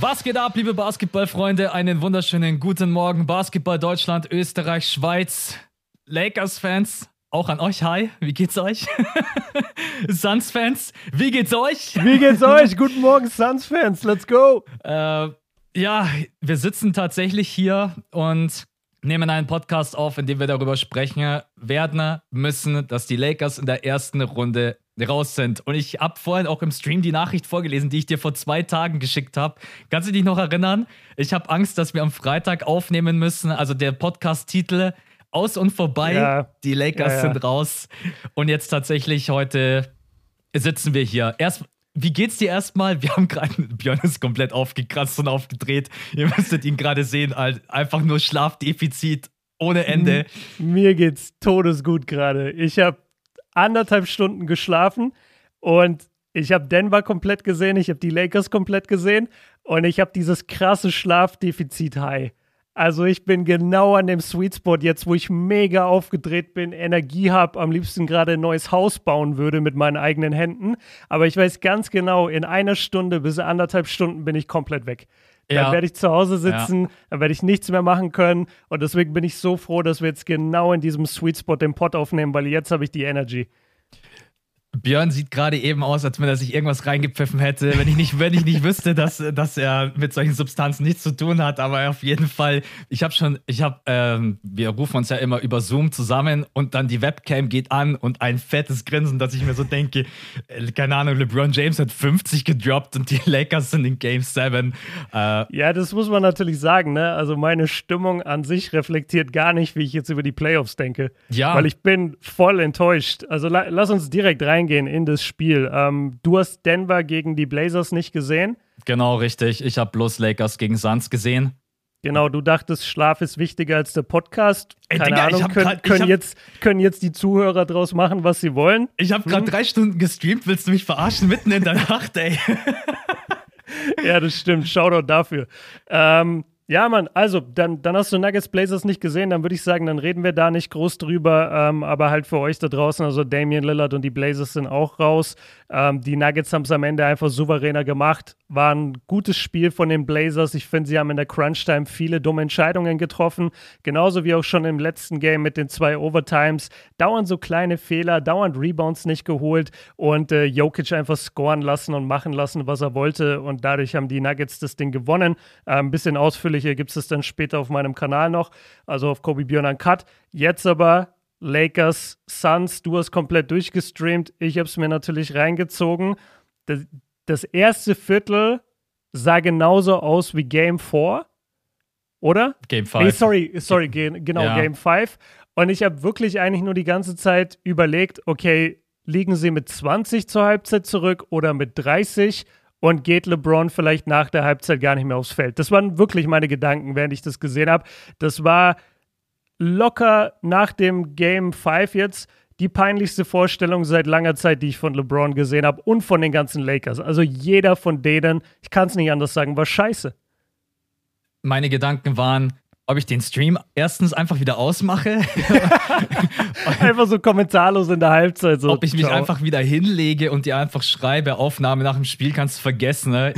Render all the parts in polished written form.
Was geht ab, liebe Basketballfreunde? Einen wunderschönen guten Morgen. Basketball Deutschland, Österreich, Schweiz, Lakers-Fans. Auch an euch, hi, wie geht's euch? Suns-Fans, wie geht's euch? Wie geht's euch? Guten Morgen, Suns-Fans, let's go! Ja, wir sitzen tatsächlich hier und nehmen einen Podcast auf, in dem wir darüber sprechen werden müssen, dass die Lakers in der ersten Runde raus sind. Und ich habe vorhin auch im Stream die Nachricht vorgelesen, die ich dir vor 2 Tagen geschickt habe. Kannst du dich noch erinnern? Ich habe Angst, dass wir am Freitag aufnehmen müssen. Also der Podcast-Titel Aus und vorbei. Ja. Die Lakers sind raus. Und jetzt tatsächlich heute sitzen wir hier. Wie geht's dir erstmal? Wir haben gerade, Björn ist komplett aufgekratzt und aufgedreht. Ihr müsstet ihn gerade sehen, einfach nur Schlafdefizit ohne Ende. Mir geht's todesgut gerade. Ich habe 1,5 Stunden geschlafen und ich habe Denver komplett gesehen, ich habe die Lakers komplett gesehen und ich habe dieses krasse Schlafdefizit-High. Also ich bin genau an dem Sweet Spot jetzt, wo ich mega aufgedreht bin, Energie habe, am liebsten gerade ein neues Haus bauen würde mit meinen eigenen Händen. Aber ich weiß ganz genau, in 1 Stunde bis 1,5 Stunden bin ich komplett weg. Dann werde ich zu Hause sitzen, dann werde ich nichts mehr machen können. Und deswegen bin ich so froh, dass wir jetzt genau in diesem Sweet Spot den Pod aufnehmen, weil jetzt habe ich die Energy. Björn sieht gerade eben aus, als wenn er sich irgendwas reingepfiffen hätte, wenn ich nicht wüsste, dass er mit solchen Substanzen nichts zu tun hat, aber auf jeden Fall, wir rufen uns ja immer über Zoom zusammen und dann die Webcam geht an und ein fettes Grinsen, dass ich mir so denke, keine Ahnung, LeBron James hat 50 gedroppt und die Lakers sind in Game 7. Ja, das muss man natürlich sagen, ne? Also meine Stimmung an sich reflektiert gar nicht, wie ich jetzt über die Playoffs denke. Ja. Weil ich bin voll enttäuscht. Also lass uns direkt reingehen in das Spiel. Du hast Denver gegen die Blazers nicht gesehen? Genau, richtig. Ich habe bloß Lakers gegen Suns gesehen. Genau, du dachtest, Schlaf ist wichtiger als der Podcast. Keine Ahnung, können jetzt die Zuhörer draus machen, was sie wollen? Ich habe gerade 3 Stunden gestreamt. Willst du mich verarschen mitten in der Nacht, ey? Ja, das stimmt. Shoutout dafür. Ja, Mann, also, dann hast du Nuggets Blazers nicht gesehen, dann würde ich sagen, dann reden wir da nicht groß drüber, aber halt für euch da draußen, also Damian Lillard und die Blazers sind auch raus. Die Nuggets haben es am Ende einfach souveräner gemacht, war ein gutes Spiel von den Blazers. Ich finde, sie haben in der Crunch-Time viele dumme Entscheidungen getroffen, genauso wie auch schon im letzten Game mit den 2 Overtimes. Dauernd so kleine Fehler, dauernd Rebounds nicht geholt und Jokic einfach scoren lassen und machen lassen, was er wollte und dadurch haben die Nuggets das Ding gewonnen. Ein bisschen ausführlicher gibt es dann später auf meinem Kanal noch, also auf Kobe Björn Uncut. Jetzt aber Lakers, Suns, du hast komplett durchgestreamt, ich habe es mir natürlich reingezogen. Das erste Viertel sah genauso aus wie Game 4, oder? Game 5. Sorry, genau, ja. Game 5. Und ich habe wirklich eigentlich nur die ganze Zeit überlegt, okay, liegen sie mit 20 zur Halbzeit zurück oder mit 30? Und geht LeBron vielleicht nach der Halbzeit gar nicht mehr aufs Feld. Das waren wirklich meine Gedanken, während ich das gesehen habe. Das war locker nach dem Game 5 jetzt die peinlichste Vorstellung seit langer Zeit, die ich von LeBron gesehen habe und von den ganzen Lakers. Also jeder von denen, ich kann es nicht anders sagen, war scheiße. Meine Gedanken waren, ob ich den Stream erstens einfach wieder ausmache. Einfach so kommentarlos in der Halbzeit. So, ob ich mich einfach wieder hinlege und dir einfach schreibe, Aufnahme nach dem Spiel kannst du vergessen. Ne?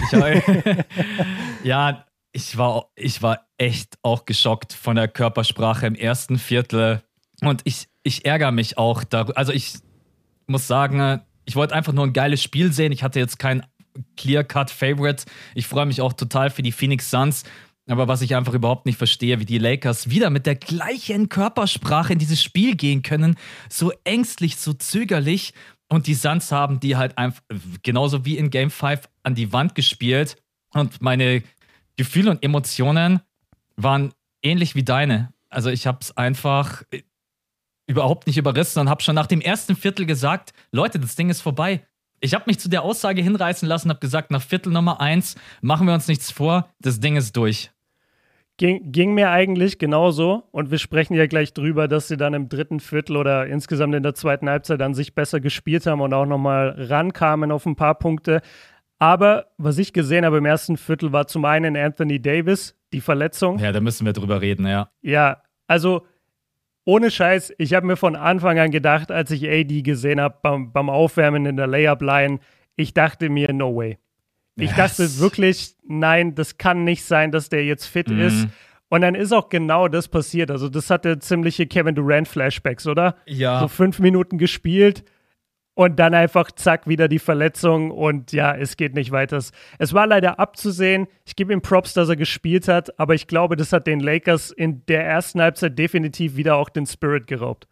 Ja, ich war echt auch geschockt von der Körpersprache im ersten Viertel. Und ich ärgere mich auch darüber. Also ich muss sagen, ich wollte einfach nur ein geiles Spiel sehen. Ich hatte jetzt kein Clear-Cut-Favorite. Ich freue mich auch total für die Phoenix Suns. Aber was ich einfach überhaupt nicht verstehe, wie die Lakers wieder mit der gleichen Körpersprache in dieses Spiel gehen können, so ängstlich, so zögerlich. Und die Suns haben die halt einfach genauso wie in Game 5 an die Wand gespielt. Und meine Gefühle und Emotionen waren ähnlich wie deine. Also ich habe es einfach überhaupt nicht überrissen und habe schon nach dem ersten Viertel gesagt, Leute, das Ding ist vorbei. Ich habe mich zu der Aussage hinreißen lassen, habe gesagt, nach Viertel Nummer 1 machen wir uns nichts vor, das Ding ist durch. Ging mir eigentlich genauso und wir sprechen ja gleich drüber, dass sie dann im 3. Viertel oder insgesamt in der 2. Halbzeit an sich besser gespielt haben und auch nochmal rankamen auf ein paar Punkte. Aber was ich gesehen habe im ersten Viertel war zum einen Anthony Davis, die Verletzung. Ja, da müssen wir drüber reden, ja. Ja, also ohne Scheiß, ich habe mir von Anfang an gedacht, als ich AD gesehen habe beim Aufwärmen in der Layup-Line, ich dachte mir, no way. Ich dachte wirklich, nein, das kann nicht sein, dass der jetzt fit ist. Und dann ist auch genau das passiert. Also das hatte ziemliche Kevin Durant-Flashbacks, oder? Ja. So 5 Minuten gespielt und dann einfach zack, wieder die Verletzung und ja, es geht nicht weiter. Es war leider abzusehen. Ich gebe ihm Props, dass er gespielt hat, aber ich glaube, das hat den Lakers in der ersten Halbzeit definitiv wieder auch den Spirit geraubt.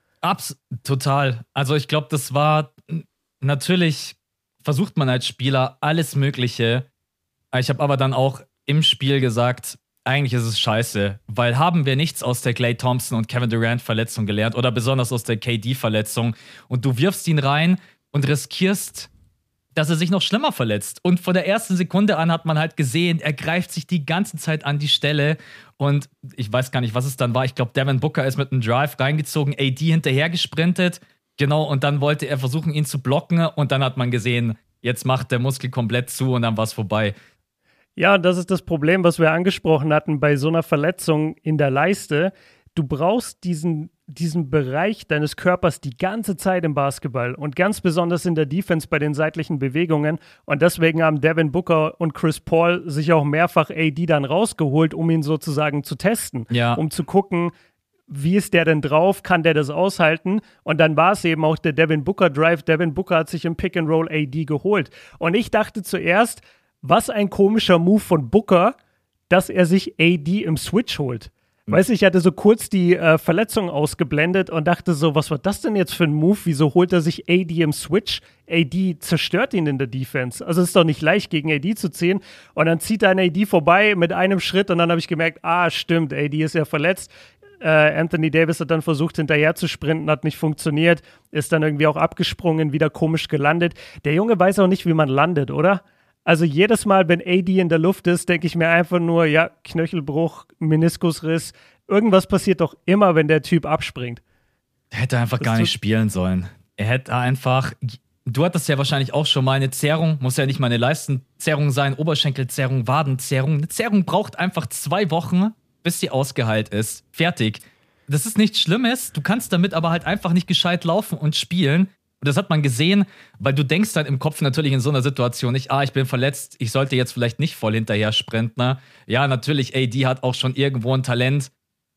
Total. Also ich glaube, das war natürlich versucht man als Spieler alles Mögliche. Ich habe aber dann auch im Spiel gesagt, eigentlich ist es scheiße, weil haben wir nichts aus der Klay Thompson und Kevin Durant Verletzung gelernt oder besonders aus der KD Verletzung und du wirfst ihn rein und riskierst, dass er sich noch schlimmer verletzt. Und von der ersten Sekunde an hat man halt gesehen, er greift sich die ganze Zeit an die Stelle und ich weiß gar nicht, was es dann war. Ich glaube, Devin Booker ist mit einem Drive reingezogen, AD hinterher gesprintet. Genau, und dann wollte er versuchen, ihn zu blocken und dann hat man gesehen, jetzt macht der Muskel komplett zu und dann war es vorbei. Ja, das ist das Problem, was wir angesprochen hatten bei so einer Verletzung in der Leiste. Du brauchst diesen Bereich deines Körpers die ganze Zeit im Basketball und ganz besonders in der Defense bei den seitlichen Bewegungen. Und deswegen haben Devin Booker und Chris Paul sich auch mehrfach AD dann rausgeholt, um ihn sozusagen zu testen, um zu gucken, wie ist der denn drauf? Kann der das aushalten? Und dann war es eben auch der Devin Booker Drive. Devin Booker hat sich im Pick and Roll AD geholt. Und ich dachte zuerst, was ein komischer Move von Booker, dass er sich AD im Switch holt. Weißt du, ich hatte so kurz die Verletzung ausgeblendet und dachte so, was war das denn jetzt für ein Move? Wieso holt er sich AD im Switch? AD zerstört ihn in der Defense. Also es ist doch nicht leicht, gegen AD zu ziehen. Und dann zieht ein AD vorbei mit einem Schritt und dann habe ich gemerkt, stimmt, AD ist ja verletzt. Anthony Davis hat dann versucht, hinterher zu sprinten, hat nicht funktioniert, ist dann irgendwie auch abgesprungen, wieder komisch gelandet. Der Junge weiß auch nicht, wie man landet, oder? Also jedes Mal, wenn AD in der Luft ist, denke ich mir einfach nur, ja, Knöchelbruch, Meniskusriss, irgendwas passiert doch immer, wenn der Typ abspringt. Er hätte einfach gar nicht spielen sollen. Er hätte einfach, du hattest ja wahrscheinlich auch schon mal eine Zerrung, muss ja nicht mal eine Leistenzerrung sein, Oberschenkelzerrung, Wadenzerrung. Eine Zerrung braucht einfach 2 Wochen, bis sie ausgeheilt ist. Fertig. Das ist nichts Schlimmes, du kannst damit aber halt einfach nicht gescheit laufen und spielen. Und das hat man gesehen, weil du denkst dann im Kopf natürlich in so einer Situation nicht, ich bin verletzt, ich sollte jetzt vielleicht nicht voll hinterher sprinten. Ne? Ja, natürlich, AD hat auch schon irgendwo ein Talent,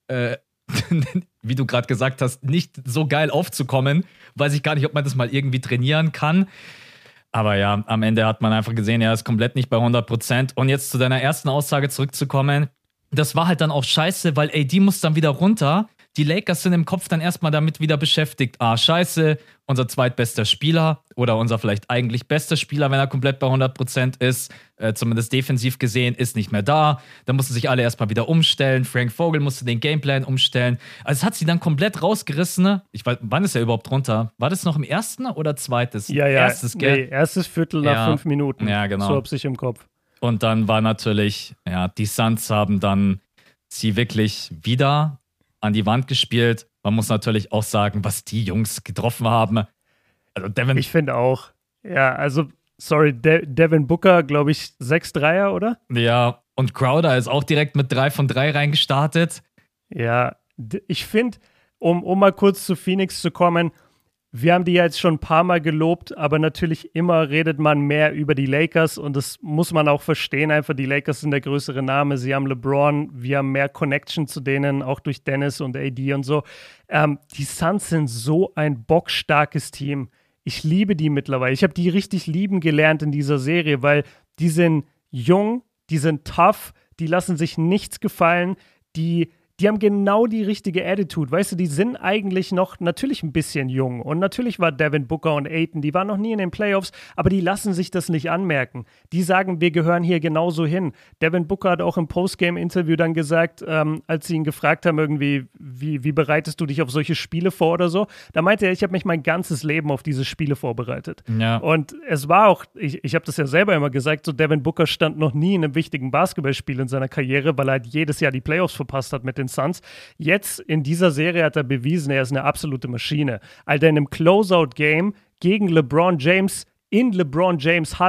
wie du gerade gesagt hast, nicht so geil aufzukommen. Weiß ich gar nicht, ob man das mal irgendwie trainieren kann. Aber ja, am Ende hat man einfach gesehen, er ist komplett nicht bei 100%. Und jetzt zu deiner ersten Aussage zurückzukommen, das war halt dann auch scheiße, weil AD muss dann wieder runter. Die Lakers sind im Kopf dann erstmal damit wieder beschäftigt. Scheiße, unser zweitbester Spieler oder unser vielleicht eigentlich bester Spieler, wenn er komplett bei 100% ist, zumindest defensiv gesehen, ist nicht mehr da. Da mussten sich alle erstmal wieder umstellen. Frank Vogel musste den Gameplan umstellen. Also es hat sie dann komplett rausgerissen. Ne? Ich weiß, wann ist er überhaupt runter? War das noch im ersten oder zweites? Ja, erstes, gell? Nee, erstes Viertel nach 5 Minuten. Ja, genau. So hab ich im Kopf. Und dann war natürlich, die Suns haben dann sie wirklich wieder an die Wand gespielt. Man muss natürlich auch sagen, was die Jungs getroffen haben. Also Devin. Ich finde auch. Ja, also, sorry, Devin Booker, glaube ich, 6 Dreier, oder? Ja, und Crowder ist auch direkt mit 3 von 3 reingestartet. Ja, ich finde, um mal kurz zu Phoenix zu kommen, wir haben die ja jetzt schon ein paar Mal gelobt, aber natürlich immer redet man mehr über die Lakers und das muss man auch verstehen. Einfach, die Lakers sind der größere Name. Sie haben LeBron, wir haben mehr Connection zu denen, auch durch Dennis und AD und so. Die Suns sind so ein bockstarkes Team. Ich liebe die mittlerweile. Ich habe die richtig lieben gelernt in dieser Serie, weil die sind jung, die sind tough, die lassen sich nichts gefallen, die haben genau die richtige Attitude. Weißt du, die sind eigentlich noch natürlich ein bisschen jung. Und natürlich war Devin Booker und Ayton, die waren noch nie in den Playoffs, aber die lassen sich das nicht anmerken. Die sagen, wir gehören hier genauso hin. Devin Booker hat auch im Postgame-Interview dann gesagt, als sie ihn gefragt haben, irgendwie, wie bereitest du dich auf solche Spiele vor oder so, da meinte er, ich habe mich mein ganzes Leben auf diese Spiele vorbereitet. Ja. Und es war auch, ich habe das ja selber immer gesagt, so Devin Booker stand noch nie in einem wichtigen Basketballspiel in seiner Karriere, weil er halt jedes Jahr die Playoffs verpasst hat mit den Suns. Jetzt in dieser Serie hat er bewiesen, er ist eine absolute Maschine. Alter, in einem Closeout-Game gegen LeBron James in LeBron James Halle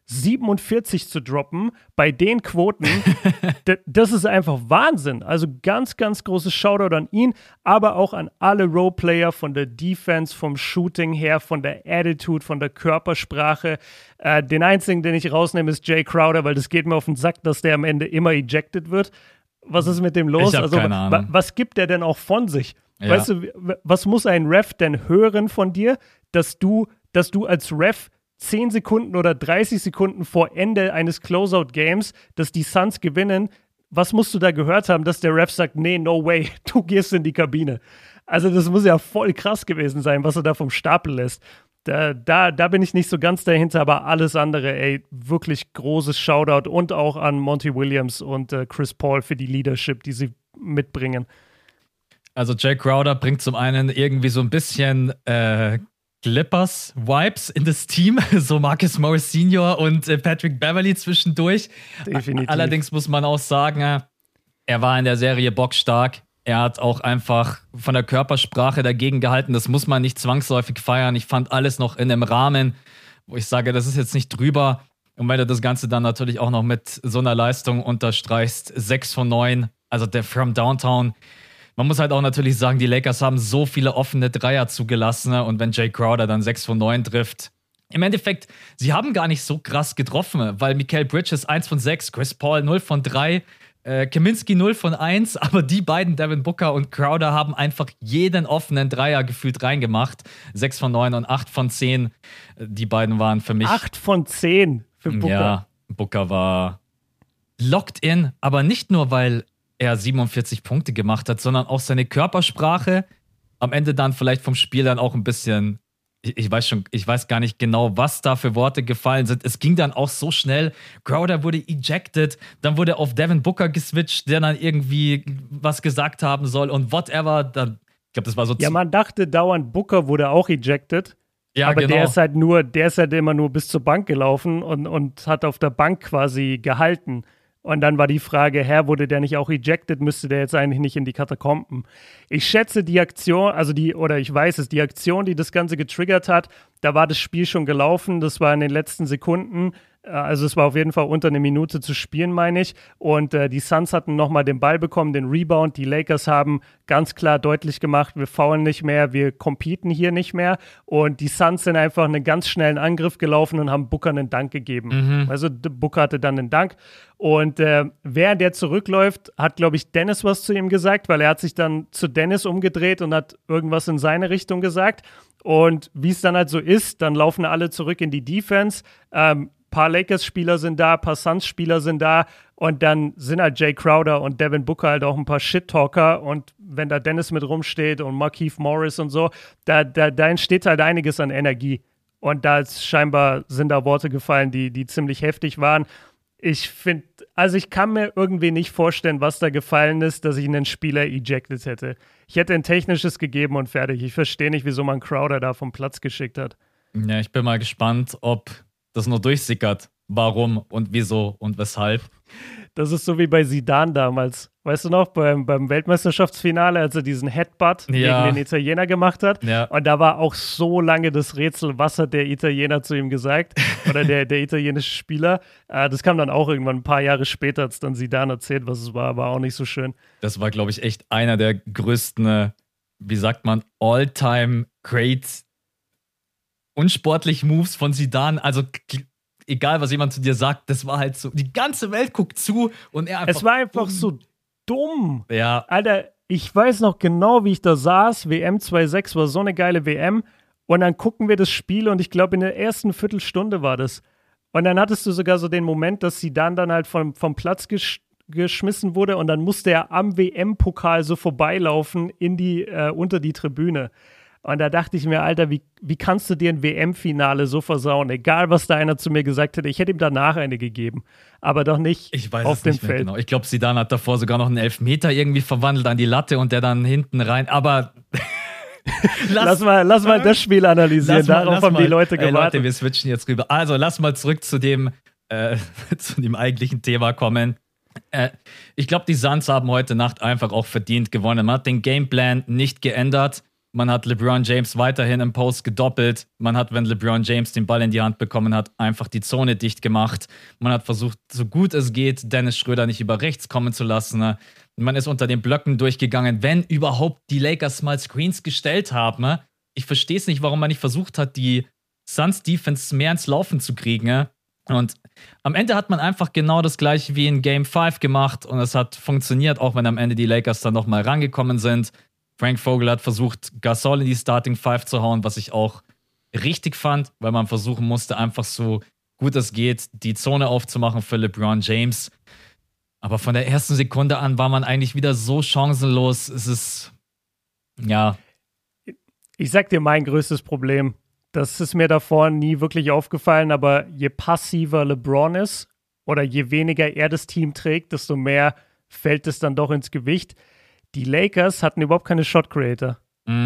47 zu droppen bei den Quoten, das ist einfach Wahnsinn. Also ganz, ganz großes Shoutout an ihn, aber auch an alle Roleplayer von der Defense, vom Shooting her, von der Attitude, von der Körpersprache. Den einzigen, den ich rausnehme, ist Jay Crowder, weil das geht mir auf den Sack, dass der am Ende immer ejected wird. Was ist mit dem los? Ich habe keine Ahnung. Was gibt der denn auch von sich? Ja. Weißt du, was muss ein Ref denn hören von dir, dass du als Ref 10 Sekunden oder 30 Sekunden vor Ende eines Closeout-Games, dass die Suns gewinnen, was musst du da gehört haben, dass der Ref sagt, nee, no way, du gehst in die Kabine. Also das muss ja voll krass gewesen sein, was er da vom Stapel lässt. Da bin ich nicht so ganz dahinter, aber alles andere, ey, wirklich großes Shoutout und auch an Monty Williams und Chris Paul für die Leadership, die sie mitbringen. Also Jay Crowder bringt zum einen irgendwie so ein bisschen Clippers-Vibes in das Team, so Marcus Morris Sr. und Patrick Beverley zwischendurch. Definitiv. Allerdings muss man auch sagen, er war in der Serie bockstark. Er hat auch einfach von der Körpersprache dagegen gehalten. Das muss man nicht zwangsläufig feiern. Ich fand alles noch in einem Rahmen, wo ich sage, das ist jetzt nicht drüber. Und wenn du das Ganze dann natürlich auch noch mit so einer Leistung unterstreichst, 6 von 9, also der from Downtown. Man muss halt auch natürlich sagen, die Lakers haben so viele offene Dreier zugelassen und wenn Jay Crowder dann 6 von 9 trifft, im Endeffekt, sie haben gar nicht so krass getroffen, weil Mikal Bridges 1 von 6, Chris Paul 0 von 3, Kaminsky 0 von 1, aber die beiden, Devin Booker und Crowder, haben einfach jeden offenen Dreier gefühlt reingemacht. 6 von 9 und 8 von 10. Die beiden waren für mich... 8 von 10 für Booker. Ja, Booker war locked in, aber nicht nur, weil er 47 Punkte gemacht hat, sondern auch seine Körpersprache. Am Ende dann vielleicht vom Spiel dann auch ein bisschen, ich weiß gar nicht genau, was da für Worte gefallen sind. Es ging dann auch so schnell. Crowder wurde ejected, dann wurde auf Devin Booker geswitcht, der dann irgendwie was gesagt haben soll und whatever. Dann, ich glaube, das war so... Ja, man dachte dauernd, Booker wurde auch ejected. Ja, aber genau. der ist halt immer nur bis zur Bank gelaufen und hat auf der Bank quasi gehalten. Und dann war die Frage, wurde der nicht auch ejected, müsste der jetzt eigentlich nicht in die Katakomben? Ich schätze die Aktion, ich weiß es, die Aktion, die das Ganze getriggert hat, da war das Spiel schon gelaufen, das war in den letzten Sekunden, also es war auf jeden Fall unter einer Minute zu spielen, meine ich. Und die Suns hatten nochmal den Ball bekommen, den Rebound. Die Lakers haben ganz klar deutlich gemacht, wir foulen nicht mehr, wir competen hier nicht mehr. Und die Suns sind einfach einen ganz schnellen Angriff gelaufen und haben Booker einen Dank gegeben. Also Booker hatte dann einen Dank. Und während der zurückläuft, hat, glaube ich, Dennis was zu ihm gesagt, weil er hat sich dann zu Dennis umgedreht und hat irgendwas in seine Richtung gesagt. Und wie es dann halt so ist, dann laufen alle zurück in die Defense. Paar Lakers-Spieler sind da, paar Suns-Spieler sind da und dann sind halt Jay Crowder und Devin Booker halt auch ein paar Shit-Talker und wenn da Dennis mit rumsteht und Markieff Morris und so, da entsteht halt einiges an Energie und scheinbar sind da Worte gefallen, die ziemlich heftig waren. Ich kann mir irgendwie nicht vorstellen, was da gefallen ist, dass ich einen Spieler ejected hätte. Ich hätte ein technisches gegeben und fertig. Ich verstehe nicht, wieso man Crowder da vom Platz geschickt hat. Ja, ich bin mal gespannt, ob das nur durchsickert, warum und wieso und weshalb. Das ist so wie bei Zidane damals. Weißt du noch, beim Weltmeisterschaftsfinale, als er diesen Headbutt gegen den Italiener gemacht hat. Ja. Und da war auch so lange das Rätsel, was hat der Italiener zu ihm gesagt? Oder der italienische Spieler. Das kam dann auch irgendwann ein paar Jahre später, als dann Zidane erzählt, was es war auch nicht so schön. Das war, glaube ich, echt einer der größten, wie sagt man, all-time great unsportlich Moves von Zidane. Also egal, was jemand zu dir sagt, das war halt so, die ganze Welt guckt zu und er einfach... Es war einfach so dumm. Ja. Alter, ich weiß noch genau, wie ich da saß. WM 2.6 war so eine geile WM. Und dann gucken wir das Spiel und ich glaube, in der ersten Viertelstunde war das. Und dann hattest du sogar so den Moment, dass Zidane dann halt vom Platz geschmissen wurde und dann musste er am WM-Pokal so vorbeilaufen unter die Tribüne. Und da dachte ich mir, Alter, wie kannst du dir ein WM-Finale so versauen? Egal, was da einer zu mir gesagt hätte, ich hätte ihm danach eine gegeben. Aber doch nicht auf dem Feld. Genau. Ich glaube, Zidane hat davor sogar noch einen Elfmeter irgendwie verwandelt an die Latte und der dann hinten rein. Aber lass mal das Spiel analysieren. Darauf haben die Leute gewartet. Leute, wir switchen jetzt rüber. Also, lass mal zurück zu dem eigentlichen Thema kommen. Ich glaube, die Suns haben heute Nacht einfach auch verdient gewonnen. Man hat den Gameplan nicht geändert. Man hat LeBron James weiterhin im Post gedoppelt. Man hat, wenn LeBron James den Ball in die Hand bekommen hat, einfach die Zone dicht gemacht. Man hat versucht, so gut es geht, Dennis Schröder nicht über rechts kommen zu lassen. Man ist unter den Blöcken durchgegangen, wenn überhaupt die Lakers mal Screens gestellt haben. Ich verstehe es nicht, warum man nicht versucht hat, die Suns-Defense mehr ins Laufen zu kriegen. Und am Ende hat man einfach genau das gleiche wie in Game 5 gemacht und es hat funktioniert, auch wenn am Ende die Lakers dann nochmal rangekommen sind. Frank Vogel hat versucht, Gasol in die Starting Five zu hauen, was ich auch richtig fand, weil man versuchen musste, einfach so gut es geht, die Zone aufzumachen für LeBron James. Aber von der ersten Sekunde an war man eigentlich wieder so chancenlos. Es ist, ja. Ich sag dir mein größtes Problem. Das ist mir davor nie wirklich aufgefallen, aber je passiver LeBron ist oder je weniger er das Team trägt, desto mehr fällt es dann doch ins Gewicht. Die Lakers hatten überhaupt keine Shot Creator.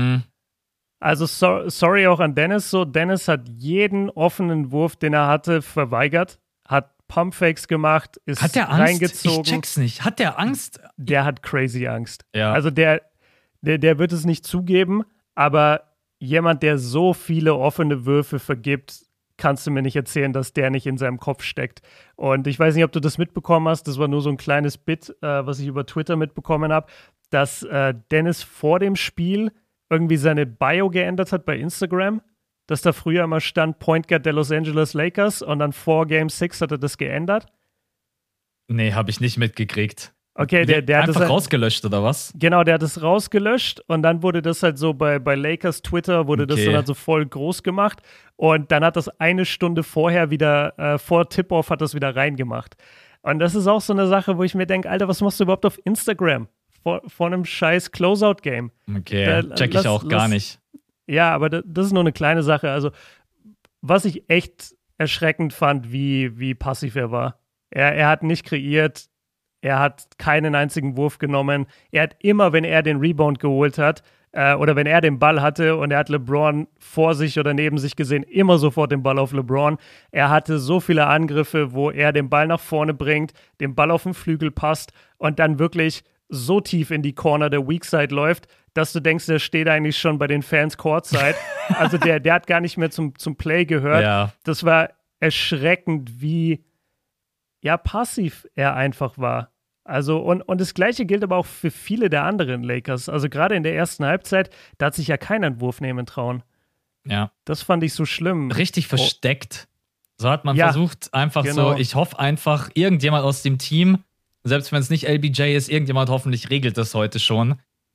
Also sorry auch an Dennis so. Dennis hat jeden offenen Wurf, den er hatte, verweigert, hat Pumpfakes gemacht, ist hat der Angst? reingezogen. Ich check's nicht. Hat der Angst? Der hat crazy Angst. Ja. Also der wird es nicht zugeben, aber jemand, der so viele offene Würfe vergibt, kannst du mir nicht erzählen, dass der nicht in seinem Kopf steckt. Und ich weiß nicht, ob du das mitbekommen hast, das war nur so ein kleines Bit, was ich über Twitter mitbekommen habe, dass Dennis vor dem Spiel irgendwie seine Bio geändert hat bei Instagram, dass da früher immer stand Point Guard der Los Angeles Lakers und dann vor Game 6 hat er das geändert. Nee, habe ich nicht mitgekriegt. Okay, der hat einfach das rausgelöscht, oder was? Genau, der hat es rausgelöscht und dann wurde das halt so bei Lakers Twitter, wurde das dann halt so voll groß gemacht und dann hat das eine Stunde vorher wieder, vor Tip-Off hat das wieder reingemacht. Und das ist auch so eine Sache, wo ich mir denke, Alter, was machst du überhaupt auf Instagram vor einem scheiß Closeout-Game? Okay, check ich auch gar nicht. Ja, aber das ist nur eine kleine Sache. Also, was ich echt erschreckend fand, wie passiv er war. Er hat nicht kreiert, er hat keinen einzigen Wurf genommen. Er hat immer, wenn er den Rebound geholt hat oder wenn er den Ball hatte und er hat LeBron vor sich oder neben sich gesehen, immer sofort den Ball auf LeBron. Er hatte so viele Angriffe, wo er den Ball nach vorne bringt, den Ball auf den Flügel passt und dann wirklich so tief in die Corner der Weak Side läuft, dass du denkst, der steht eigentlich schon bei den Fans Courtside. Also der hat gar nicht mehr zum Play gehört. Ja. Das war erschreckend, wie passiv er einfach war. Also, und das Gleiche gilt aber auch für viele der anderen Lakers. Also gerade in der ersten Halbzeit, da hat sich ja keiner einen Wurf nehmen trauen. Ja. Das fand ich so schlimm. Richtig versteckt. So hat man versucht, einfach so, ich hoffe einfach, irgendjemand aus dem Team, selbst wenn es nicht LBJ ist, irgendjemand hoffentlich regelt das heute schon.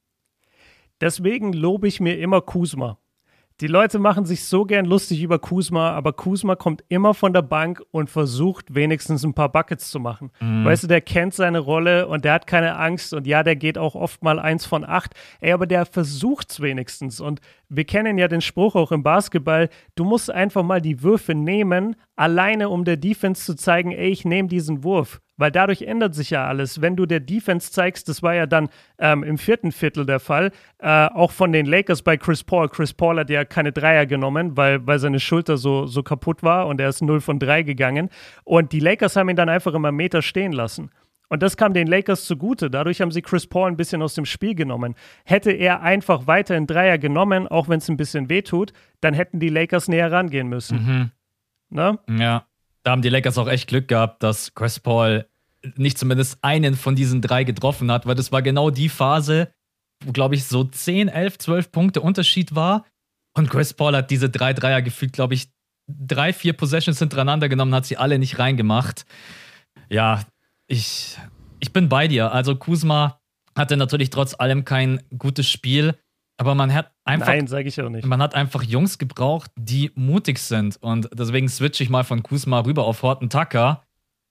Deswegen lobe ich mir immer Kuzma. Die Leute machen sich so gern lustig über Kuzma, aber Kuzma kommt immer von der Bank und versucht wenigstens ein paar Buckets zu machen. Weißt du, der kennt seine Rolle und der hat keine Angst und ja, der geht auch oft mal 1 von 8. Ey, aber der versucht's wenigstens und wir kennen ja den Spruch auch im Basketball, du musst einfach mal die Würfe nehmen, alleine um der Defense zu zeigen, ey, ich nehme diesen Wurf. Weil dadurch ändert sich ja alles. Wenn du der Defense zeigst, das war ja dann im vierten Viertel der Fall, auch von den Lakers bei Chris Paul. Chris Paul hat ja keine Dreier genommen, weil seine Schulter so kaputt war und er ist 0 von 3 gegangen. Und die Lakers haben ihn dann einfach immer Meter stehen lassen. Und das kam den Lakers zugute. Dadurch haben sie Chris Paul ein bisschen aus dem Spiel genommen. Hätte er einfach weiterhin Dreier genommen, auch wenn es ein bisschen wehtut, dann hätten die Lakers näher rangehen müssen. Ne? Ja, da haben die Lakers auch echt Glück gehabt, dass Chris Paul nicht zumindest einen von diesen 3 getroffen hat, weil das war genau die Phase, wo, glaube ich, so 10, 11, 12 Punkte Unterschied war. Und Chris Paul hat diese 3 Dreier gefühlt, glaube ich, 3, 4 Possessions hintereinander genommen, hat sie alle nicht reingemacht. Ja, ich bin bei dir. Also Kuzma hatte natürlich trotz allem kein gutes Spiel, aber man hat einfach, nein, sage ich auch nicht. Man hat einfach Jungs gebraucht, die mutig sind. Und deswegen switche ich mal von Kuzma rüber auf Horton Tucker,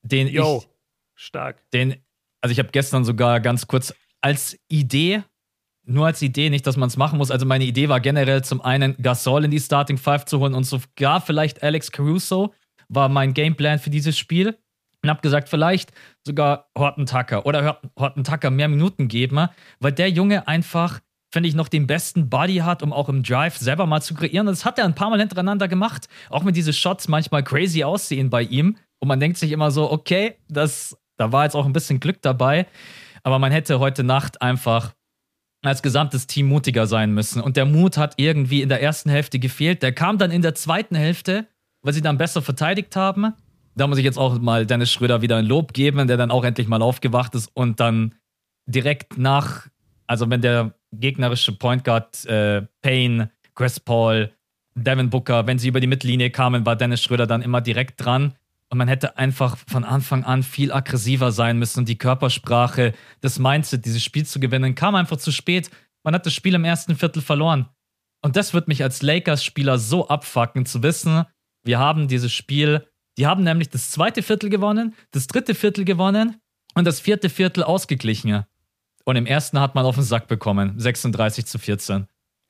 stark. Also ich habe gestern sogar ganz kurz als Idee, nur als Idee, nicht, dass man es machen muss. Also meine Idee war generell zum einen Gasol in die Starting Five zu holen und sogar vielleicht Alex Caruso war mein Gameplan für dieses Spiel. Und habe gesagt, vielleicht sogar Horton Tucker oder Horton Tucker mehr Minuten geben, weil der Junge einfach, finde ich, noch den besten Body hat, um auch im Drive selber mal zu kreieren. Und das hat er ein paar Mal hintereinander gemacht. Auch wenn diese Shots manchmal crazy aussehen bei ihm. Und man denkt sich immer so, okay, da war jetzt auch ein bisschen Glück dabei. Aber man hätte heute Nacht einfach als gesamtes Team mutiger sein müssen. Und der Mut hat irgendwie in der ersten Hälfte gefehlt. Der kam dann in der zweiten Hälfte, weil sie dann besser verteidigt haben. Da muss ich jetzt auch mal Dennis Schröder wieder ein Lob geben, der dann auch endlich mal aufgewacht ist und dann direkt nach, also wenn der gegnerische Point Guard Payne, Chris Paul, Devin Booker, wenn sie über die Mittellinie kamen, war Dennis Schröder dann immer direkt dran. Und man hätte einfach von Anfang an viel aggressiver sein müssen. Und die Körpersprache, das Mindset, dieses Spiel zu gewinnen, kam einfach zu spät. Man hat das Spiel im ersten Viertel verloren. Und das wird mich als Lakers-Spieler so abfucken, zu wissen, wir haben dieses Spiel, die haben nämlich das zweite Viertel gewonnen, das dritte Viertel gewonnen und das vierte Viertel ausgeglichen. Und im ersten hat man auf den Sack bekommen, 36-14.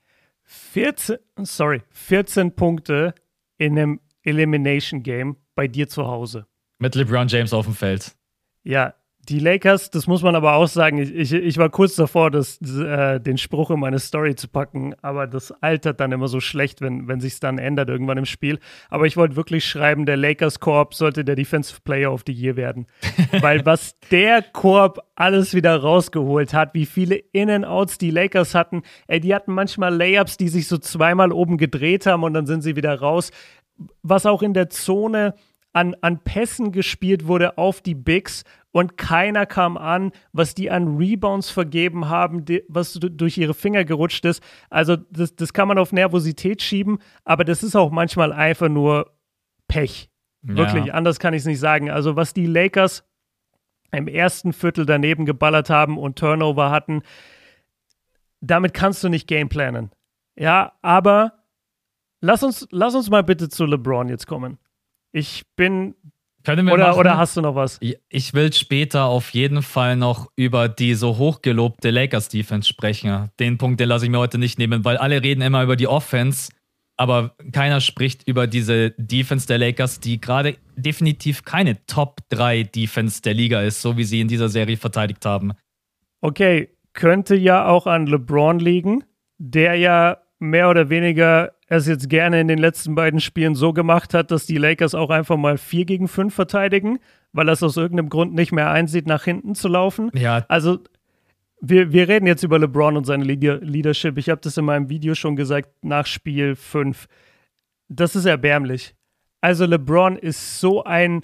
14 Punkte in einem Elimination Game bei dir zu Hause. Mit LeBron James auf dem Feld. Ja, die Lakers, das muss man aber auch sagen, ich war kurz davor, den Spruch in meine Story zu packen, aber das altert dann immer so schlecht, wenn sich es dann ändert irgendwann im Spiel. Aber ich wollte wirklich schreiben, der Lakers-Korb sollte der Defensive Player of the Year werden. Weil was der Korb alles wieder rausgeholt hat, wie viele In-and-Outs die Lakers hatten, die hatten manchmal Layups, die sich so zweimal oben gedreht haben und dann sind sie wieder raus. Was auch in der Zone an Pässen gespielt wurde auf die Bigs und keiner kam an, was die an Rebounds vergeben haben, was durch ihre Finger gerutscht ist. Also das kann man auf Nervosität schieben, aber das ist auch manchmal einfach nur Pech. Ja. Wirklich, anders kann ich es nicht sagen. Also was die Lakers im ersten Viertel daneben geballert haben und Turnover hatten, damit kannst du nicht gameplanen. Ja, aber lass uns mal bitte zu LeBron jetzt kommen. Oder hast du noch was? Ich will später auf jeden Fall noch über die so hochgelobte Lakers-Defense sprechen. Den Punkt, den lasse ich mir heute nicht nehmen, weil alle reden immer über die Offense, aber keiner spricht über diese Defense der Lakers, die gerade definitiv keine Top-3-Defense der Liga ist, so wie sie in dieser Serie verteidigt haben. Okay, könnte ja auch an LeBron liegen, der ja mehr oder weniger es jetzt gerne in den letzten beiden Spielen so gemacht hat, dass die Lakers auch einfach mal 4 gegen 5 verteidigen, weil er es aus irgendeinem Grund nicht mehr einsieht, nach hinten zu laufen. Ja. Also wir reden jetzt über LeBron und seine Leadership. Ich habe das in meinem Video schon gesagt, nach Spiel 5. Das ist erbärmlich. Also LeBron ist so ein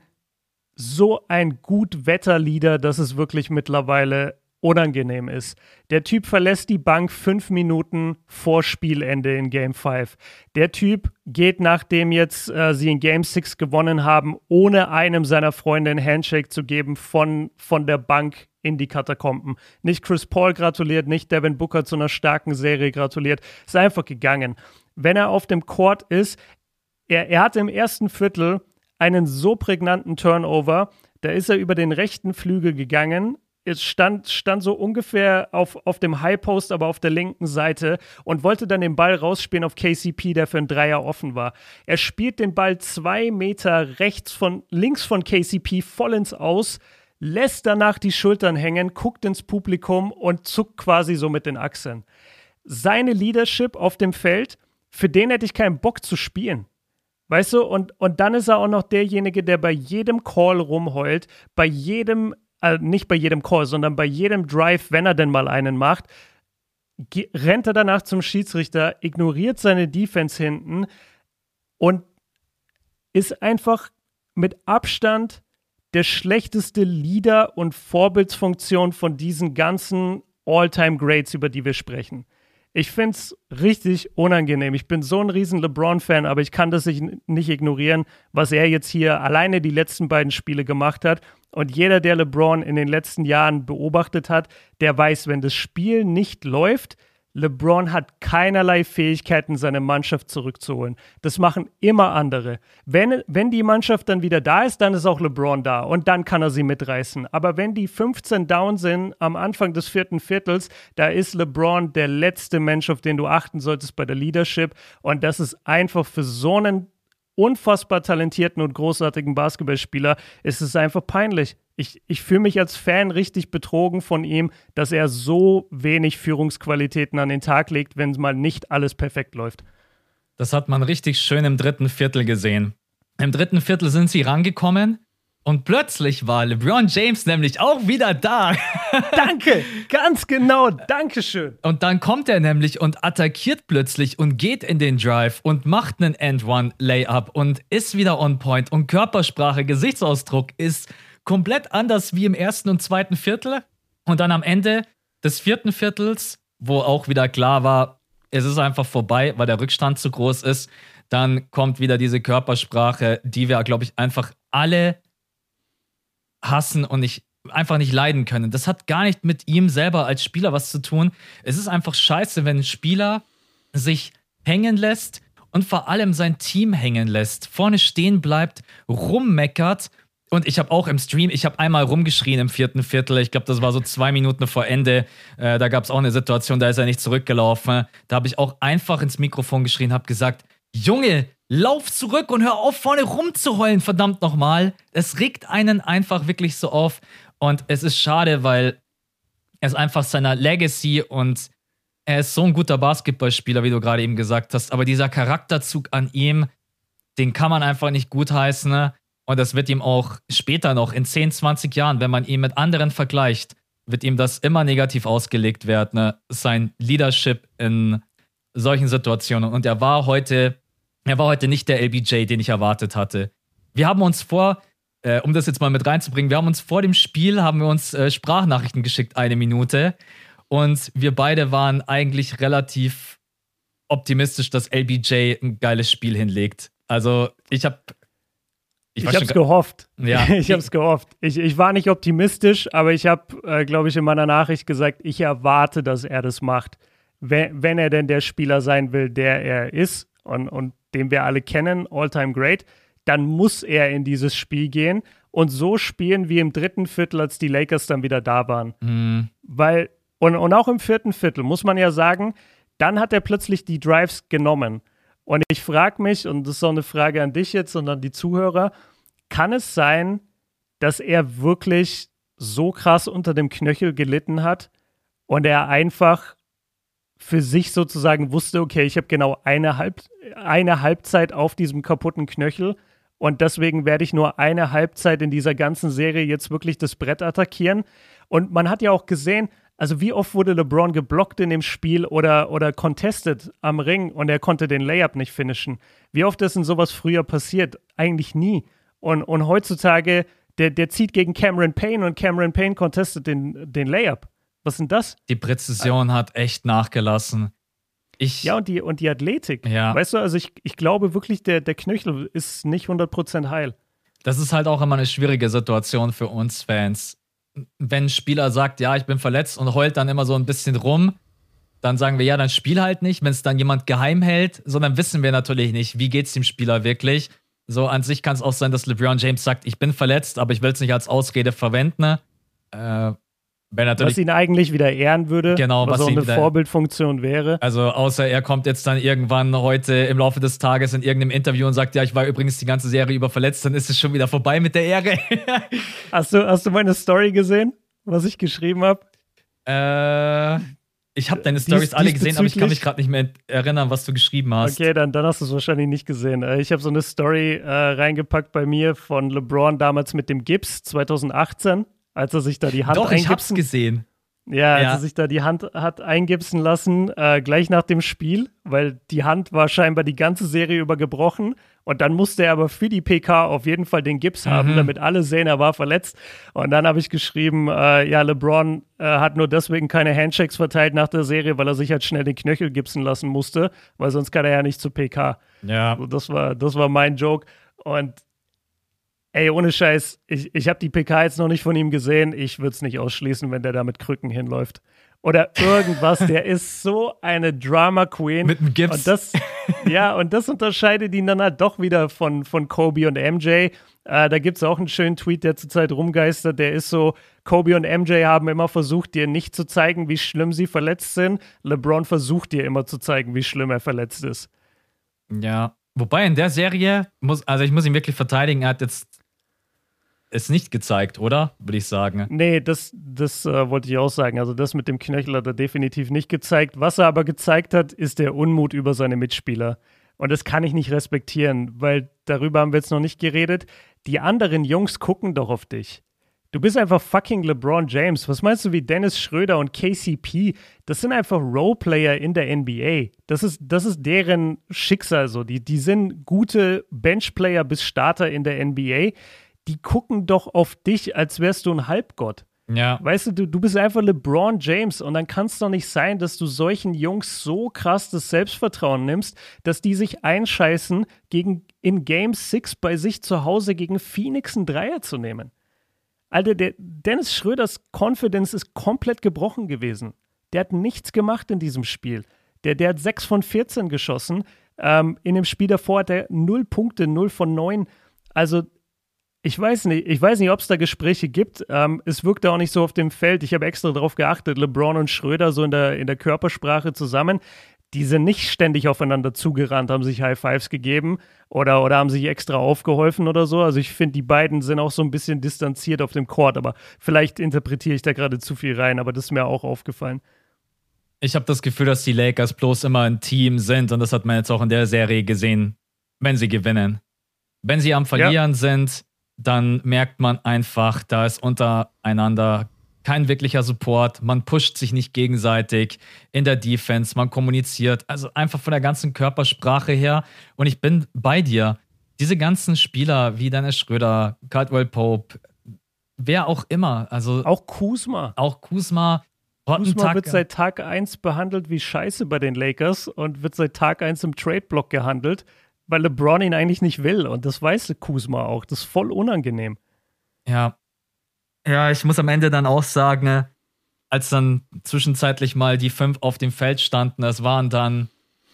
Gut-Wetter-Leader, dass es wirklich mittlerweile unangenehm ist. Der Typ verlässt die Bank 5 Minuten vor Spielende in Game 5. Der Typ geht, nachdem jetzt sie in Game 6 gewonnen haben, ohne einem seiner Freunde einen Handshake zu geben, von der Bank in die Katakomben. Nicht Chris Paul gratuliert, nicht Devin Booker zu einer starken Serie gratuliert. Ist einfach gegangen. Wenn er auf dem Court ist, er hatte im ersten Viertel einen so prägnanten Turnover, da ist er über den rechten Flügel gegangen. Es stand so ungefähr auf dem High Post, aber auf der linken Seite und wollte dann den Ball rausspielen auf KCP, der für einen Dreier offen war. Er spielt den Ball 2 Meter links von KCP voll ins Aus, lässt danach die Schultern hängen, guckt ins Publikum und zuckt quasi so mit den Achseln. Seine Leadership auf dem Feld, für den hätte ich keinen Bock zu spielen. Weißt du, und dann ist er auch noch derjenige, der bei jedem Call rumheult, nicht bei jedem Call, sondern bei jedem Drive, wenn er denn mal einen macht, rennt er danach zum Schiedsrichter, ignoriert seine Defense hinten und ist einfach mit Abstand der schlechteste Leader und Vorbildsfunktion von diesen ganzen All-Time-Greats, über die wir sprechen. Ich finde es richtig unangenehm. Ich bin so ein riesen LeBron-Fan, aber ich kann das nicht ignorieren, was er jetzt hier alleine die letzten beiden Spiele gemacht hat. Und jeder, der LeBron in den letzten Jahren beobachtet hat, der weiß, wenn das Spiel nicht läuft, LeBron hat keinerlei Fähigkeiten, seine Mannschaft zurückzuholen. Das machen immer andere. Wenn die Mannschaft dann wieder da ist, dann ist auch LeBron da und dann kann er sie mitreißen. Aber wenn die 15 down sind am Anfang des 4. Viertels, da ist LeBron der letzte Mensch, auf den du achten solltest bei der Leadership. Und das ist einfach für so einen unfassbar talentierten und großartigen Basketballspieler, ist es einfach peinlich. Ich fühle mich als Fan richtig betrogen von ihm, dass er so wenig Führungsqualitäten an den Tag legt, wenn mal nicht alles perfekt läuft. Das hat man richtig schön im 3. Viertel gesehen. Im 3. Viertel sind sie rangekommen Und plötzlich war LeBron James nämlich auch wieder da. Danke, ganz genau, Dankeschön. Und dann kommt er nämlich und attackiert plötzlich und geht in den Drive und macht einen End-One-Layup und ist wieder on point. Und Körpersprache, Gesichtsausdruck ist komplett anders wie im ersten und zweiten Viertel. Und dann am Ende des vierten Viertels, wo auch wieder klar war, es ist einfach vorbei, weil der Rückstand zu groß ist, dann kommt wieder diese Körpersprache, die wir, glaube ich, einfach alle hassen und einfach nicht leiden können. Das hat gar nicht mit ihm selber als Spieler was zu tun. Es ist einfach scheiße, wenn ein Spieler sich hängen lässt und vor allem sein Team hängen lässt, vorne stehen bleibt, rummeckert. Und ich habe auch im Stream, ich habe einmal rumgeschrien im vierten Viertel. Ich glaube, das war so 2 Minuten vor Ende. Da gab es auch eine Situation, da ist er nicht zurückgelaufen. Da habe ich auch einfach ins Mikrofon geschrien, habe gesagt, Junge, lauf zurück und hör auf, vorne rumzuheulen, verdammt nochmal. Es regt einen einfach wirklich so auf. Und es ist schade, weil er ist einfach seiner Legacy und er ist so ein guter Basketballspieler, wie du gerade eben gesagt hast. Aber dieser Charakterzug an ihm, den kann man einfach nicht gutheißen. Ne? Und das wird ihm auch später noch, in 10, 20 Jahren, wenn man ihn mit anderen vergleicht, wird ihm das immer negativ ausgelegt werden. Ne? Sein Leadership in solchen Situationen. Und er war heute nicht der LBJ, den ich erwartet hatte. Wir haben uns um das jetzt mal mit reinzubringen, wir haben uns vor dem Spiel, Sprachnachrichten geschickt, 1 Minute. Und wir beide waren eigentlich relativ optimistisch, dass LBJ ein geiles Spiel hinlegt. Also ich habe es gehofft. Ja. Ich habe es gehofft. Ich war nicht optimistisch, aber ich habe, glaube ich, in meiner Nachricht gesagt, ich erwarte, dass er das macht. Wenn er denn der Spieler sein will, der er ist und den wir alle kennen, All-Time Great, dann muss er in dieses Spiel gehen und so spielen wie im dritten Viertel, als die Lakers dann wieder da waren. Mhm. Weil, und auch im vierten Viertel, muss man ja sagen, dann hat er plötzlich die Drives genommen. Und ich frage mich, und das ist auch eine Frage an dich jetzt und an die Zuhörer, kann es sein, dass er wirklich so krass unter dem Knöchel gelitten hat und er einfach für sich sozusagen wusste, okay, ich habe genau eine Halbzeit auf diesem kaputten Knöchel und deswegen werde ich nur eine Halbzeit in dieser ganzen Serie jetzt wirklich das Brett attackieren. Und man hat ja auch gesehen, also wie oft wurde LeBron geblockt in dem Spiel oder contested am Ring und er konnte den Layup nicht finishen. Wie oft ist denn sowas früher passiert? Eigentlich nie. Und heutzutage, der zieht gegen Cameron Payne und Cameron Payne contestet den Layup. Was ist denn das? Die Präzision hat echt nachgelassen. Und die Athletik. Ja. Weißt du, also ich glaube wirklich, der Knöchel ist nicht 100% heil. Das ist halt auch immer eine schwierige Situation für uns Fans. Wenn ein Spieler sagt, ja, ich bin verletzt und heult dann immer so ein bisschen rum, dann sagen wir, ja, dann spiel halt nicht. Wenn es dann jemand geheim hält, so, dann wissen wir natürlich nicht, wie geht's dem Spieler wirklich. So, an sich kann es auch sein, dass LeBron James sagt, ich bin verletzt, aber ich will es nicht als Ausrede verwenden. Was ihn eigentlich wieder ehren würde, genau, was auch eine Vorbildfunktion wäre. Also außer er kommt jetzt dann irgendwann heute im Laufe des Tages in irgendeinem Interview und sagt, ja, ich war übrigens die ganze Serie über verletzt, dann ist es schon wieder vorbei mit der Ehre. Hast du meine Story gesehen, was ich geschrieben habe? Ich habe deine Stories alle gesehen, aber ich kann mich gerade nicht mehr erinnern, was du geschrieben hast. Okay, dann hast du es wahrscheinlich nicht gesehen. Ich habe so eine Story reingepackt bei mir von LeBron damals mit dem Gips 2018. Als er sich da die Hand ich hab's gesehen. Ja, als er sich da die Hand hat eingipsen lassen, gleich nach dem Spiel, weil die Hand war scheinbar die ganze Serie über gebrochen und dann musste er aber für die PK auf jeden Fall den Gips haben, damit alle sehen, er war verletzt. Und dann habe ich geschrieben, LeBron hat nur deswegen keine Handshakes verteilt nach der Serie, weil er sich halt schnell den Knöchel gipsen lassen musste, weil sonst kann er ja nicht zur PK. Ja. Also das war mein Joke und ey, ohne Scheiß, ich habe die PK jetzt noch nicht von ihm gesehen. Ich würde es nicht ausschließen, wenn der da mit Krücken hinläuft. Oder irgendwas. Der ist so eine Drama Queen. Mit einem Gips. Und das unterscheidet ihn dann halt doch wieder von Kobe und MJ. Da gibt es auch einen schönen Tweet, der zurzeit rumgeistert. Der ist so, Kobe und MJ haben immer versucht, dir nicht zu zeigen, wie schlimm sie verletzt sind. LeBron versucht dir immer zu zeigen, wie schlimm er verletzt ist. Ja, wobei in der Serie, ich muss ihn wirklich verteidigen, er hat jetzt es nicht gezeigt, oder? Würde ich sagen. Nee, das wollte ich auch sagen. Also das mit dem Knöchel hat er definitiv nicht gezeigt. Was er aber gezeigt hat, ist der Unmut über seine Mitspieler. Und das kann ich nicht respektieren, weil darüber haben wir jetzt noch nicht geredet. Die anderen Jungs gucken doch auf dich. Du bist einfach fucking LeBron James. Was meinst du, wie Dennis Schröder und KCP? Das sind einfach Roleplayer in der NBA. Das ist deren Schicksal so. Die sind gute Benchplayer bis Starter in der NBA. Die gucken doch auf dich, als wärst du ein Halbgott. Ja. Weißt du bist einfach LeBron James und dann kann es doch nicht sein, dass du solchen Jungs so krass das Selbstvertrauen nimmst, dass die sich einscheißen, in Game 6 bei sich zu Hause gegen Phoenix einen Dreier zu nehmen. Alter, der Dennis Schröders Confidence ist komplett gebrochen gewesen. Der hat nichts gemacht in diesem Spiel. Der hat 6 von 14 geschossen. In dem Spiel davor hat er 0 Punkte, 0 von 9. Also, ich weiß nicht, ob es da Gespräche gibt. Es wirkte auch nicht so auf dem Feld. Ich habe extra darauf geachtet, LeBron und Schröder so in der Körpersprache zusammen. Die sind nicht ständig aufeinander zugerannt, haben sich High Fives gegeben oder haben sich extra aufgeholfen oder so. Also ich finde, die beiden sind auch so ein bisschen distanziert auf dem Court, aber vielleicht interpretiere ich da gerade zu viel rein, aber das ist mir auch aufgefallen. Ich habe das Gefühl, dass die Lakers bloß immer ein Team sind und das hat man jetzt auch in der Serie gesehen, wenn sie gewinnen. Wenn sie am Verlieren sind, dann merkt man einfach, da ist untereinander kein wirklicher Support, man pusht sich nicht gegenseitig in der Defense, man kommuniziert, also einfach von der ganzen Körpersprache her. Und ich bin bei dir. Diese ganzen Spieler wie Dennis Schröder, Caldwell Pope, wer auch immer, also auch Kuzma. Kuzma wird seit Tag 1 behandelt wie Scheiße bei den Lakers und wird seit Tag 1 im Trade-Block gehandelt, weil LeBron ihn eigentlich nicht will. Und das weiß Kuzma auch. Das ist voll unangenehm. Ja, ich muss am Ende dann auch sagen, als dann zwischenzeitlich mal die 5 auf dem Feld standen, das waren dann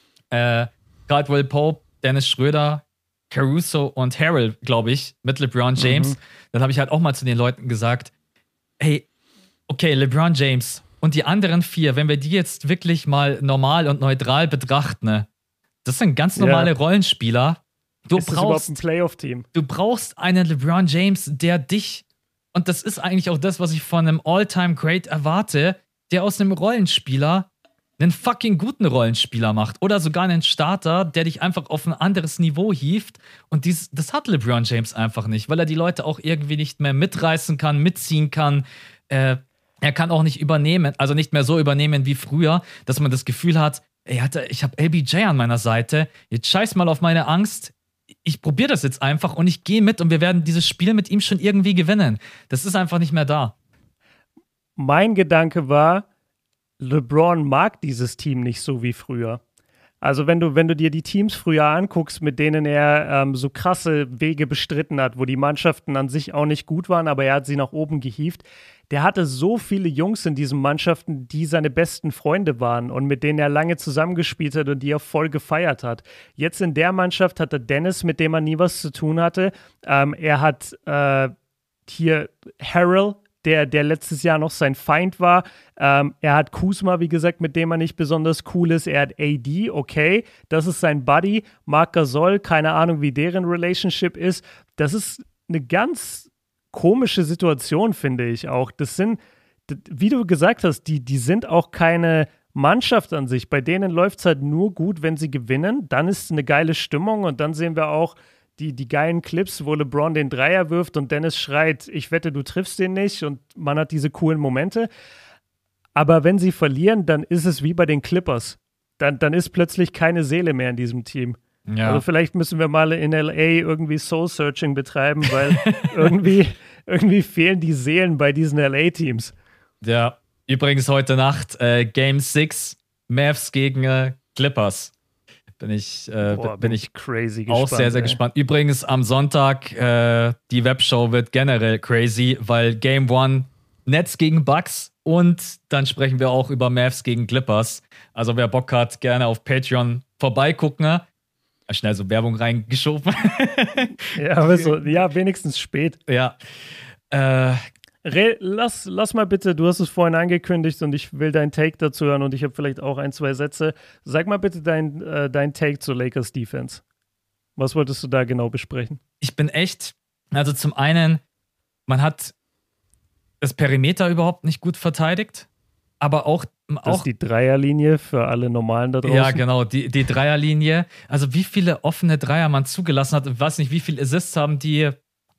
Caldwell Pope, Dennis Schröder, Caruso und Harrell, glaube ich, mit LeBron James. Dann habe ich halt auch mal zu den Leuten gesagt, hey, okay, LeBron James und die anderen 4, wenn wir die jetzt wirklich mal normal und neutral betrachten, ne, das sind ganz normale Rollenspieler. Ist das überhaupt ein Playoff-Team? Du brauchst einen LeBron James, der dich, und das ist eigentlich auch das, was ich von einem All-Time-Great erwarte, der aus einem Rollenspieler einen fucking guten Rollenspieler macht. Oder sogar einen Starter, der dich einfach auf ein anderes Niveau hieft. Und das hat LeBron James einfach nicht, weil er die Leute auch irgendwie nicht mehr mitreißen kann, mitziehen kann. Er kann auch nicht übernehmen, also nicht mehr so übernehmen wie früher, dass man das Gefühl hat, ey, ich habe LBJ an meiner Seite, jetzt scheiß mal auf meine Angst, ich probiere das jetzt einfach und ich gehe mit und wir werden dieses Spiel mit ihm schon irgendwie gewinnen. Das ist einfach nicht mehr da. Mein Gedanke war, LeBron mag dieses Team nicht so wie früher. Also wenn du dir die Teams früher anguckst, mit denen er so krasse Wege bestritten hat, wo die Mannschaften an sich auch nicht gut waren, aber er hat sie nach oben gehievt, der hatte so viele Jungs in diesen Mannschaften, die seine besten Freunde waren und mit denen er lange zusammengespielt hat und die er voll gefeiert hat. Jetzt in der Mannschaft hat er Dennis, mit dem er nie was zu tun hatte. Er hat hier Harrell, der letztes Jahr noch sein Feind war. Er hat Kuzma, wie gesagt, mit dem er nicht besonders cool ist. Er hat AD, okay, das ist sein Buddy. Marc Gasol, keine Ahnung, wie deren Relationship ist. Das ist eine ganz komische Situation, finde ich auch. Das sind, wie du gesagt hast, die sind auch keine Mannschaft an sich. Bei denen läuft es halt nur gut, wenn sie gewinnen. Dann ist es eine geile Stimmung und dann sehen wir auch die geilen Clips, wo LeBron den Dreier wirft und Dennis schreit, ich wette, du triffst den nicht, und man hat diese coolen Momente. Aber wenn sie verlieren, dann ist es wie bei den Clippers. Dann ist plötzlich keine Seele mehr in diesem Team. Ja. Also vielleicht müssen wir mal in LA irgendwie Soul-Searching betreiben, weil irgendwie fehlen die Seelen bei diesen LA-Teams. Ja, übrigens heute Nacht Game 6, Mavs gegen Clippers. Bin ich crazy auch gespannt, sehr, sehr gespannt. Übrigens am Sonntag, die Webshow wird generell crazy, weil Game 1 Nets gegen Bucks und dann sprechen wir auch über Mavs gegen Clippers. Also wer Bock hat, gerne auf Patreon vorbeigucken. Schnell so Werbung reingeschoben. Ja, aber wenigstens spät. Ja. Lass mal bitte, du hast es vorhin angekündigt und ich will deinen Take dazu hören und ich habe vielleicht auch 1, 2 Sätze. Sag mal bitte dein Take zur Lakers Defense. Was wolltest du da genau besprechen? Ich bin also zum einen, man hat das Perimeter überhaupt nicht gut verteidigt, aber auch das ist die Dreierlinie für alle Normalen da draußen. Ja, genau, die Dreierlinie. Also wie viele offene Dreier man zugelassen hat. Ich weiß nicht, wie viele Assists haben die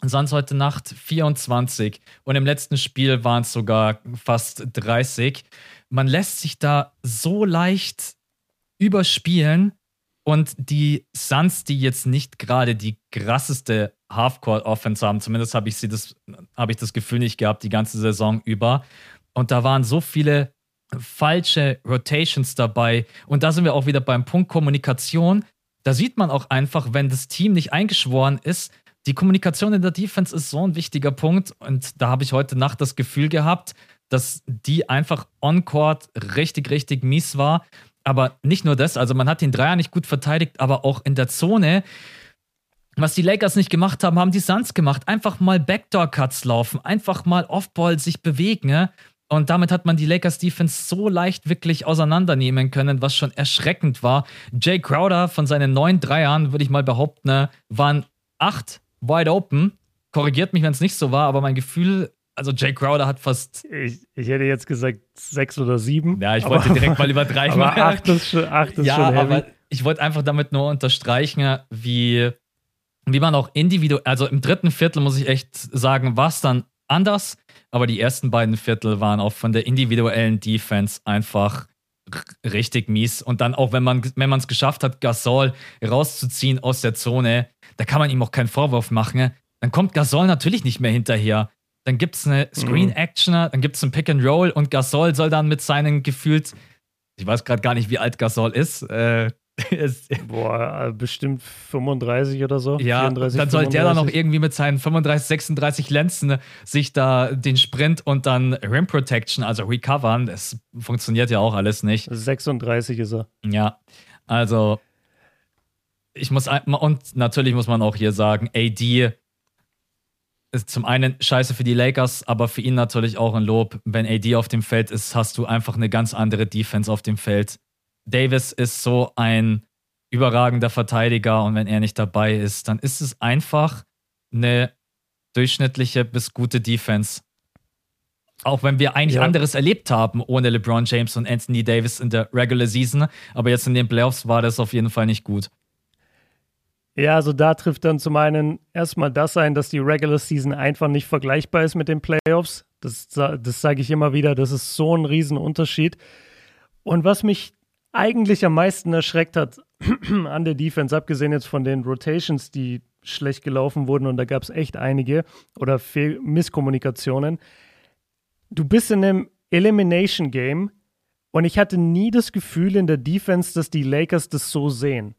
Suns heute Nacht 24 und im letzten Spiel waren es sogar fast 30. Man lässt sich da so leicht überspielen und die Suns, die jetzt nicht gerade die krasseste Halfcourt-Offense haben, zumindest habe ich das Gefühl nicht gehabt die ganze Saison über. Und da waren so viele falsche Rotations dabei. Und da sind wir auch wieder beim Punkt Kommunikation. Da sieht man auch einfach, wenn das Team nicht eingeschworen ist, die Kommunikation in der Defense ist so ein wichtiger Punkt. Und da habe ich heute Nacht das Gefühl gehabt, dass die einfach on-court richtig, richtig mies war. Aber nicht nur das, also man hat den Dreier nicht gut verteidigt, aber auch in der Zone. Was die Lakers nicht gemacht haben, haben die Suns gemacht. Einfach mal Backdoor-Cuts laufen, einfach mal Off-Ball sich bewegen. Ne? Und damit hat man die Lakers-Defense so leicht wirklich auseinandernehmen können, was schon erschreckend war. Jay Crowder von seinen 9 Dreiern, würde ich mal behaupten, waren 8 wide open. Korrigiert mich, wenn es nicht so war, aber mein Gefühl, also Jay Crowder hat fast... Ich hätte jetzt gesagt 6 oder 7. Ja, ich wollte direkt mal übertreiben. Aber 8 ist schon heavy. Aber ich wollte einfach damit nur unterstreichen, wie man auch individuell, also im dritten Viertel muss ich echt sagen, war es dann anders, aber die ersten beiden Viertel waren auch von der individuellen Defense einfach richtig mies. Und dann auch, wenn man es geschafft hat, Gasol rauszuziehen aus der Zone, da kann man ihm auch keinen Vorwurf machen. Dann kommt Gasol natürlich nicht mehr hinterher. Dann gibt es eine Screen-Action, dann gibt es ein Pick-and-Roll und Gasol soll dann mit seinen gefühlt, ich weiß gerade gar nicht, wie alt Gasol ist, bestimmt 35 oder so. Ja, 34, dann soll 35. der dann noch irgendwie mit seinen 35, 36 Lenzen sich da den Sprint und dann Rim Protection, also recovern. Das funktioniert ja auch alles nicht. 36 ist er. Ja, also und natürlich muss man auch hier sagen, AD ist zum einen scheiße für die Lakers, aber für ihn natürlich auch ein Lob. Wenn AD auf dem Feld ist, hast du einfach eine ganz andere Defense auf dem Feld. Davis ist so ein überragender Verteidiger und wenn er nicht dabei ist, dann ist es einfach eine durchschnittliche bis gute Defense. Auch wenn wir eigentlich anderes erlebt haben ohne LeBron James und Anthony Davis in der Regular Season, aber jetzt in den Playoffs war das auf jeden Fall nicht gut. Ja, also da trifft dann zum einen erstmal das ein, dass die Regular Season einfach nicht vergleichbar ist mit den Playoffs. Das sage ich immer wieder, das ist so ein Riesenunterschied. Und was mich eigentlich am meisten erschreckt hat an der Defense, abgesehen jetzt von den Rotations, die schlecht gelaufen wurden und da gab es echt einige oder Misskommunikationen. Du bist in einem Elimination Game und ich hatte nie das Gefühl in der Defense, dass die Lakers das so sehen.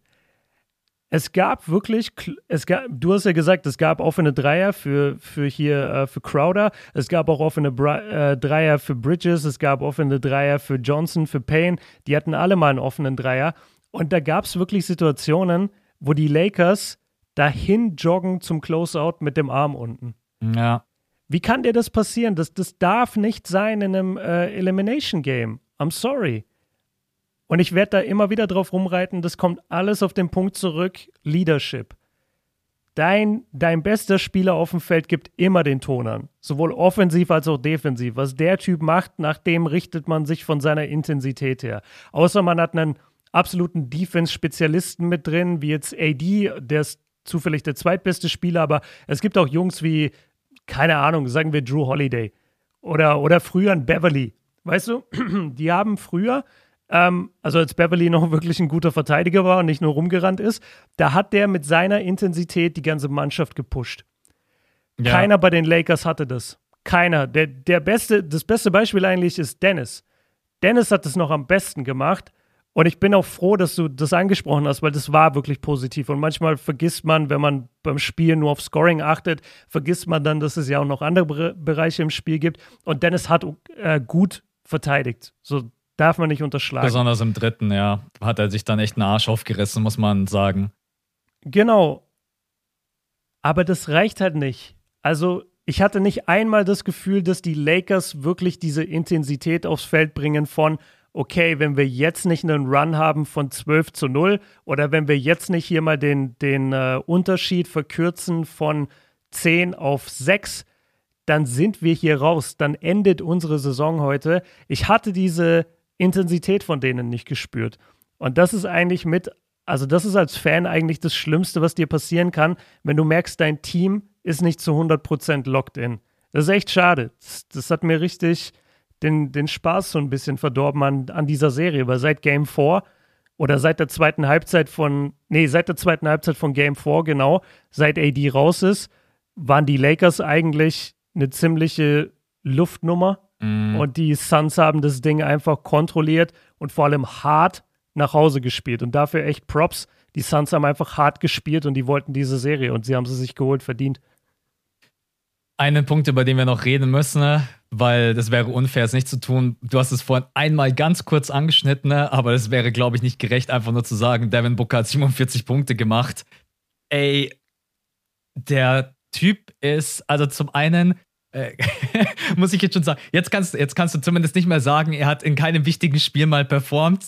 Es gab wirklich, du hast ja gesagt, es gab offene Dreier für Crowder, es gab auch offene Dreier für Bridges, es gab offene Dreier für Johnson, für Payne, die hatten alle mal einen offenen Dreier und da gab es wirklich Situationen, wo die Lakers dahin joggen zum Closeout mit dem Arm unten. Ja. Wie kann dir das passieren? Das darf nicht sein in einem Elimination Game. I'm sorry. Und ich werde da immer wieder drauf rumreiten, das kommt alles auf den Punkt zurück, Leadership. Dein bester Spieler auf dem Feld gibt immer den Ton an, sowohl offensiv als auch defensiv. Was der Typ macht, nach dem richtet man sich von seiner Intensität her. Außer man hat einen absoluten Defense-Spezialisten mit drin, wie jetzt AD, der ist zufällig der zweitbeste Spieler, aber es gibt auch Jungs wie, keine Ahnung, sagen wir Drew Holiday oder früher ein Beverly. Weißt du, die haben früher also als Beverly noch wirklich ein guter Verteidiger war und nicht nur rumgerannt ist, da hat der mit seiner Intensität die ganze Mannschaft gepusht. Ja. Keiner bei den Lakers hatte das. Keiner. Das beste Beispiel eigentlich ist Dennis. Dennis hat es noch am besten gemacht und ich bin auch froh, dass du das angesprochen hast, weil das war wirklich positiv und manchmal vergisst man, wenn man beim Spiel nur auf Scoring achtet, vergisst man dann, dass es ja auch noch andere Bereiche im Spiel gibt und Dennis hat gut verteidigt. So darf man nicht unterschlagen. Besonders im dritten, ja. Hat er sich dann echt einen Arsch aufgerissen, muss man sagen. Genau. Aber das reicht halt nicht. Also, ich hatte nicht einmal das Gefühl, dass die Lakers wirklich diese Intensität aufs Feld bringen von, okay, wenn wir jetzt nicht einen Run haben von 12-0 oder wenn wir jetzt nicht hier mal den Unterschied verkürzen von 10 auf 6, dann sind wir hier raus. Dann endet unsere Saison heute. Ich hatte diese Intensität von denen nicht gespürt. Und das ist eigentlich mit Also das ist als Fan eigentlich das Schlimmste, was dir passieren kann, wenn du merkst, dein Team ist nicht zu 100% locked in. Das ist echt schade. Das hat mir richtig den Spaß so ein bisschen verdorben an dieser Serie, weil seit Game 4 oder seit der zweiten Halbzeit von Game 4, genau, seit AD raus ist, waren die Lakers eigentlich eine ziemliche Luftnummer und die Suns haben das Ding einfach kontrolliert und vor allem hart nach Hause gespielt und dafür echt Props. Die Suns haben einfach hart gespielt und die wollten diese Serie und sie haben sie sich geholt, verdient. Einen Punkt, über den wir noch reden müssen, weil das wäre unfair, es nicht zu tun. Du hast es vorhin einmal ganz kurz angeschnitten, aber das wäre, glaube ich, nicht gerecht, einfach nur zu sagen, Devin Booker hat 47 Punkte gemacht. Ey, der Typ ist, also zum einen, muss ich jetzt schon sagen, jetzt kannst du zumindest nicht mehr sagen, er hat in keinem wichtigen Spiel mal performt.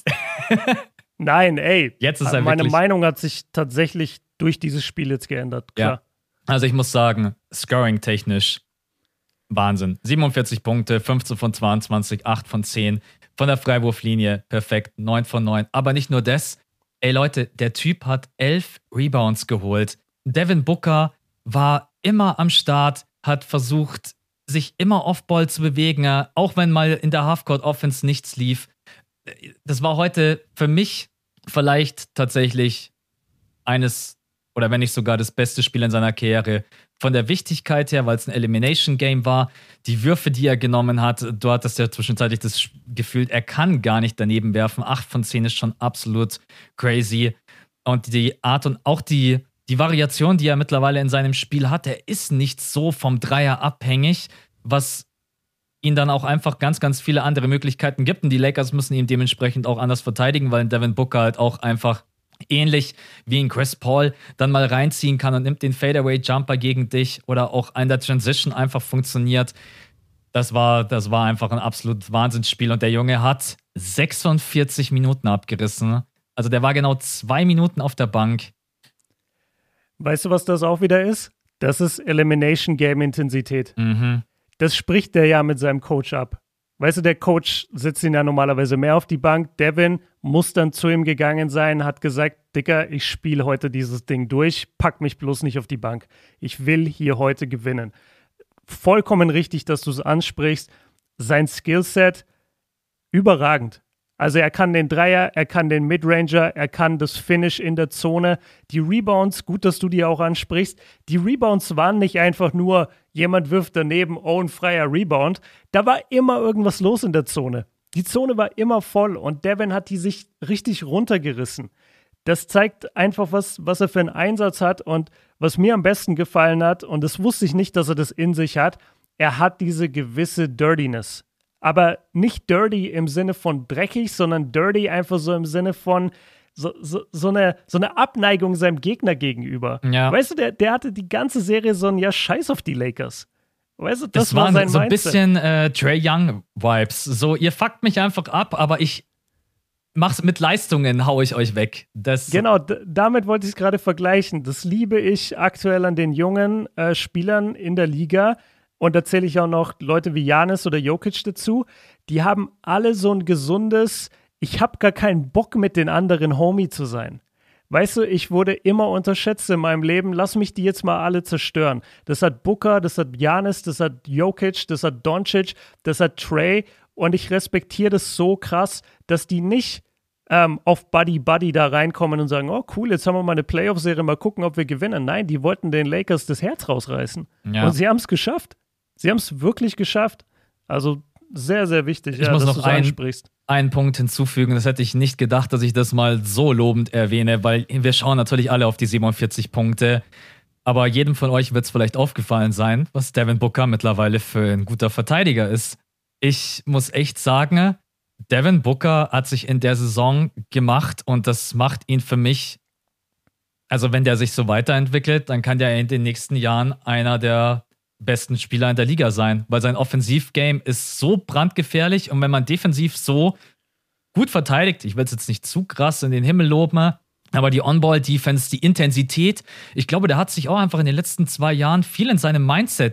Nein, ey, jetzt ist er meine wirklich, Meinung hat sich tatsächlich durch dieses Spiel jetzt geändert, klar. Ja. Also ich muss sagen, scoring-technisch Wahnsinn. 47 Punkte, 15 von 22, 8 von 10. Von der Freiwurflinie perfekt, 9 von 9. Aber nicht nur das. Ey Leute, der Typ hat 11 Rebounds geholt. Devin Booker war immer am Start, hat versucht, sich immer off-Ball zu bewegen, auch wenn mal in der Halfcourt-Offense nichts lief. Das war heute für mich vielleicht tatsächlich eines oder wenn nicht sogar das beste Spiel in seiner Karriere. Von der Wichtigkeit her, weil es ein Elimination-Game war, die Würfe, die er genommen hat, du hattest ja zwischenzeitlich das Gefühl, er kann gar nicht daneben werfen. 8 von 10 ist schon absolut crazy. Und die Art und auch die Variation, die er mittlerweile in seinem Spiel hat, er ist nicht so vom Dreier abhängig, was ihn dann auch einfach ganz, ganz viele andere Möglichkeiten gibt. Und die Lakers müssen ihn dementsprechend auch anders verteidigen, weil Devin Booker halt auch einfach ähnlich wie in Chris Paul dann mal reinziehen kann und nimmt den Fadeaway-Jumper gegen dich oder auch in der Transition einfach funktioniert. Das war einfach ein absolut Wahnsinnsspiel und der Junge hat 46 Minuten abgerissen. Also der war genau 2 Minuten auf der Bank. Weißt du, was das auch wieder ist? Das ist Elimination-Game-Intensität. Mhm. Das spricht der ja mit seinem Coach ab. Weißt du, der Coach sitzt ihn ja normalerweise mehr auf die Bank. Devin muss dann zu ihm gegangen sein, hat gesagt, Dicker, ich spiele heute dieses Ding durch, pack mich bloß nicht auf die Bank. Ich will hier heute gewinnen. Vollkommen richtig, dass du es ansprichst. Sein Skillset, überragend. Also er kann den Dreier, er kann den Midranger, er kann das Finish in der Zone. Die Rebounds, gut, dass du die auch ansprichst, die Rebounds waren nicht einfach nur, jemand wirft daneben, oh, ein freier Rebound. Da war immer irgendwas los in der Zone. Die Zone war immer voll und Devin hat die sich richtig runtergerissen. Das zeigt einfach, was er für einen Einsatz hat und was mir am besten gefallen hat, und das wusste ich nicht, dass er das in sich hat, er hat diese gewisse Dirtiness. Aber nicht dirty im Sinne von dreckig, sondern dirty einfach so im Sinne von so eine Abneigung seinem Gegner gegenüber. Ja. Weißt du, der hatte die ganze Serie so ein, ja, scheiß auf die Lakers. Weißt du, das war sein so ein Mindset. bisschen Trae Young-Vibes. So, ihr fuckt mich einfach ab, aber ich mach's mit Leistungen, hau ich euch weg. Genau, damit wollte ich es gerade vergleichen. Das liebe ich aktuell an den jungen Spielern in der Liga. Und da zähle ich auch noch Leute wie Giannis oder Jokic dazu. Die haben alle so ein gesundes, ich habe gar keinen Bock mit den anderen Homie zu sein. Weißt du, ich wurde immer unterschätzt in meinem Leben. Lass mich die jetzt mal alle zerstören. Das hat Booker, das hat Giannis, das hat Jokic, das hat Doncic, das hat Trae. Und ich respektiere das so krass, dass die nicht auf Buddy da reinkommen und sagen, oh cool, jetzt haben wir mal eine Playoff-Serie, mal gucken, ob wir gewinnen. Nein, die wollten den Lakers das Herz rausreißen. Ja. Und sie haben es geschafft. Sie haben es wirklich geschafft. Also sehr, sehr wichtig, ich muss dass noch du es ansprichst. einen Punkt hinzufügen. Das hätte ich nicht gedacht, dass ich das mal so lobend erwähne, weil wir schauen natürlich alle auf die 47 Punkte. Aber jedem von euch wird es vielleicht aufgefallen sein, was Devin Booker mittlerweile für ein guter Verteidiger ist. Ich muss echt sagen, Devin Booker hat sich in der Saison gemacht und das macht ihn für mich, also wenn der sich so weiterentwickelt, dann kann der in den nächsten Jahren einer der besten Spieler in der Liga sein, weil sein Offensivgame ist so brandgefährlich und wenn man defensiv so gut verteidigt, ich will es jetzt nicht zu krass in den Himmel loben, aber die On-Ball-Defense, die Intensität, ich glaube, der hat sich auch einfach in den letzten 2 Jahren viel in seinem Mindset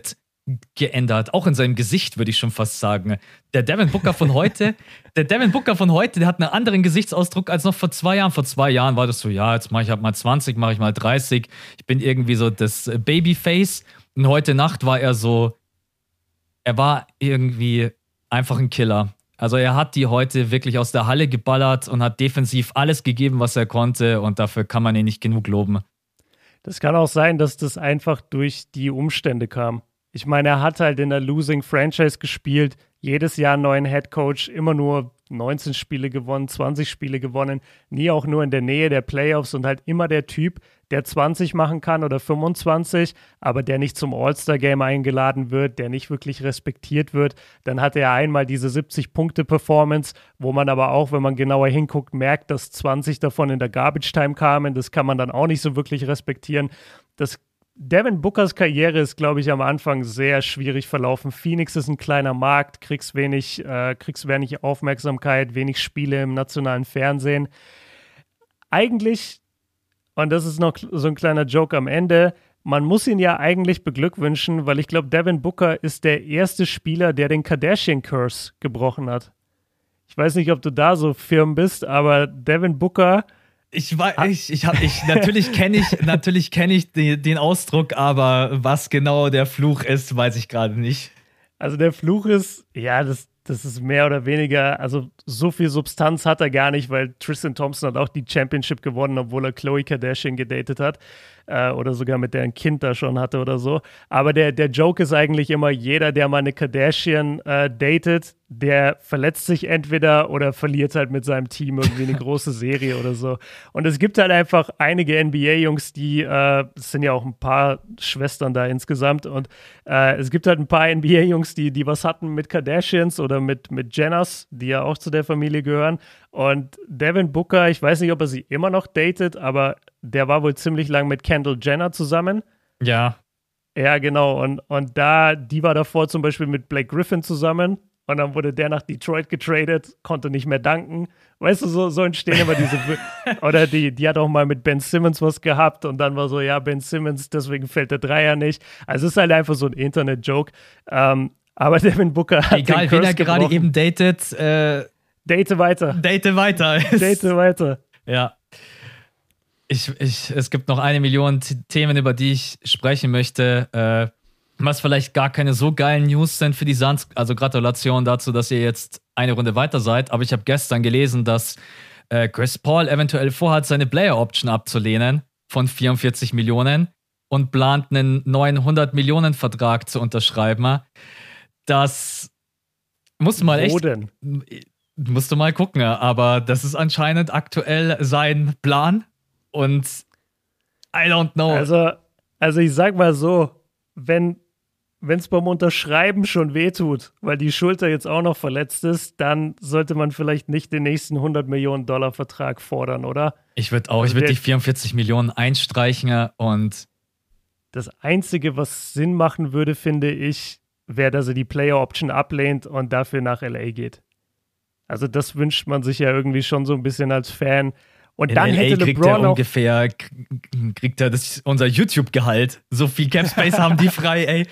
geändert. Auch in seinem Gesicht, würde ich schon fast sagen. Der Devin Booker von heute, der hat einen anderen Gesichtsausdruck als noch vor 2 Jahren. Vor 2 Jahren war das so, ja, jetzt mache ich halt mal 20, mache ich mal 30. Ich bin irgendwie so das Babyface. Und heute Nacht war er so, er war irgendwie einfach ein Killer. Also er hat die heute wirklich aus der Halle geballert und hat defensiv alles gegeben, was er konnte. Und dafür kann man ihn nicht genug loben. Das kann auch sein, dass das einfach durch die Umstände kam. Ich meine, er hat halt in der Losing Franchise gespielt, jedes Jahr einen neuen Headcoach, immer nur 19 Spiele gewonnen, 20 Spiele gewonnen, nie auch nur in der Nähe der Playoffs und halt immer der Typ, der 20 machen kann oder 25, aber der nicht zum All-Star-Game eingeladen wird, der nicht wirklich respektiert wird. Dann hatte er einmal diese 70-Punkte-Performance, wo man aber auch, wenn man genauer hinguckt, merkt, dass 20 davon in der Garbage-Time kamen. Das kann man dann auch nicht so wirklich respektieren. Devin Bookers Karriere ist, glaube ich, am Anfang sehr schwierig verlaufen. Phoenix ist ein kleiner Markt, kriegst wenig Aufmerksamkeit, wenig Spiele im nationalen Fernsehen. Eigentlich, und das ist noch so ein kleiner Joke am Ende, man muss ihn ja eigentlich beglückwünschen, weil ich glaube, Devin Booker ist der erste Spieler, der den Kardashian-Curse gebrochen hat. Ich weiß nicht, ob du da so firm bist, aber Devin Booker... Natürlich kenne ich den Ausdruck, aber was genau der Fluch ist, weiß ich gerade nicht. Also der Fluch ist, ja, das ist mehr oder weniger, also so viel Substanz hat er gar nicht, weil Tristan Thompson hat auch die Championship gewonnen, obwohl er Khloe Kardashian gedatet hat oder sogar mit der ein Kind da schon hatte oder so. Aber der Joke ist eigentlich immer, jeder, der mal eine Kardashian datet, der verletzt sich entweder oder verliert halt mit seinem Team irgendwie eine große Serie oder so. Und es gibt halt einfach einige NBA-Jungs, es sind ja auch ein paar Schwestern da insgesamt, und es gibt halt ein paar NBA-Jungs, die was hatten mit Kardashians oder mit Jenners, die ja auch zu der Familie gehören. Und Devin Booker, ich weiß nicht, ob er sie immer noch datet, aber der war wohl ziemlich lang mit Kendall Jenner zusammen. Ja. Ja, genau. Und die war davor zum Beispiel mit Blake Griffin zusammen. Und dann wurde der nach Detroit getradet, konnte nicht mehr danken. Weißt du, so entstehen immer diese... Oder die hat auch mal mit Ben Simmons was gehabt und dann war so, ja, Ben Simmons, deswegen fällt der Dreier nicht. Also es ist halt einfach so ein Internet-Joke. Aber Devin Booker hat egal, wen er gerade eben datet, date weiter. Date weiter. Date weiter. Ja. Es gibt noch 1 Million Themen, über die ich sprechen möchte, was vielleicht gar keine so geilen News sind für die Suns. Also Gratulation dazu, dass ihr jetzt eine Runde weiter seid. Aber ich habe gestern gelesen, dass Chris Paul eventuell vorhat, seine Player-Option abzulehnen von 44 Millionen und plant einen neuen 100-Millionen-Vertrag zu unterschreiben. Das musst du mal echt... Wo denn? Musst du mal gucken, aber das ist anscheinend aktuell sein Plan und I don't know. Also ich sag mal so, wenn es beim Unterschreiben schon wehtut, weil die Schulter jetzt auch noch verletzt ist, dann sollte man vielleicht nicht den nächsten 100 Millionen Dollar Vertrag fordern, oder? Ich würde die 44 Millionen einstreichen und das Einzige, was Sinn machen würde, finde ich, wäre, dass er die Player Option ablehnt und dafür nach LA geht. Also das wünscht man sich ja irgendwie schon so ein bisschen als Fan. Und in dann LA hätte kriegt LeBron er ungefähr, kriegt er unser YouTube-Gehalt. So viel Capspace haben die frei, ey.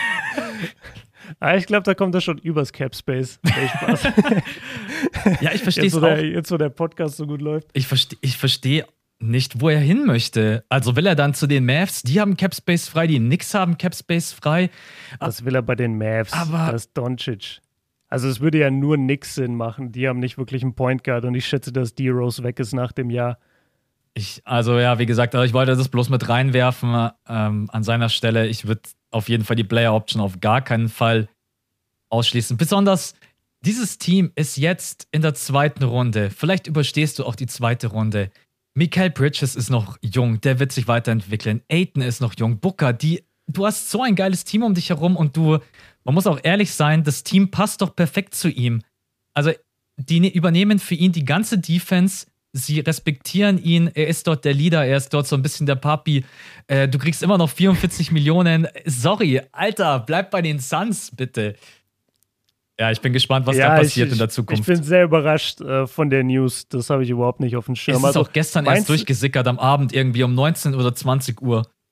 Ich glaube, da kommt er schon übers Capspace. Spaß. Ja, ich verstehe es auch. Jetzt, wo der Podcast so gut läuft. Ich verstehe nicht, wo er hin möchte. Also will er dann zu den Mavs? Die haben Capspace frei, die Knicks haben Capspace frei. Das will er bei den Mavs. Aber das ist Doncic. Also es würde ja nur nix Sinn machen. Die haben nicht wirklich einen Point Guard und ich schätze, dass D-Rose weg ist nach dem Jahr. Wie gesagt, ich wollte das bloß mit reinwerfen an seiner Stelle. Ich würde auf jeden Fall die Player Option auf gar keinen Fall ausschließen. Besonders dieses Team ist jetzt in der 2. Runde. Vielleicht überstehst du auch die 2. Runde. Mikal Bridges ist noch jung, der wird sich weiterentwickeln. Ayton ist noch jung. Booker, du hast so ein geiles Team um dich herum und man muss auch ehrlich sein, das Team passt doch perfekt zu ihm. Also, die übernehmen für ihn die ganze Defense, sie respektieren ihn, er ist dort der Leader, er ist dort so ein bisschen der Papi. Du kriegst immer noch 44 Millionen. Sorry, Alter, bleib bei den Suns, bitte. Ja, ich bin gespannt, was da passiert in der Zukunft. Ich bin sehr überrascht von der News, das habe ich überhaupt nicht auf dem Schirm. Es ist auch gestern erst durchgesickert am Abend irgendwie um 19 oder 20 Uhr.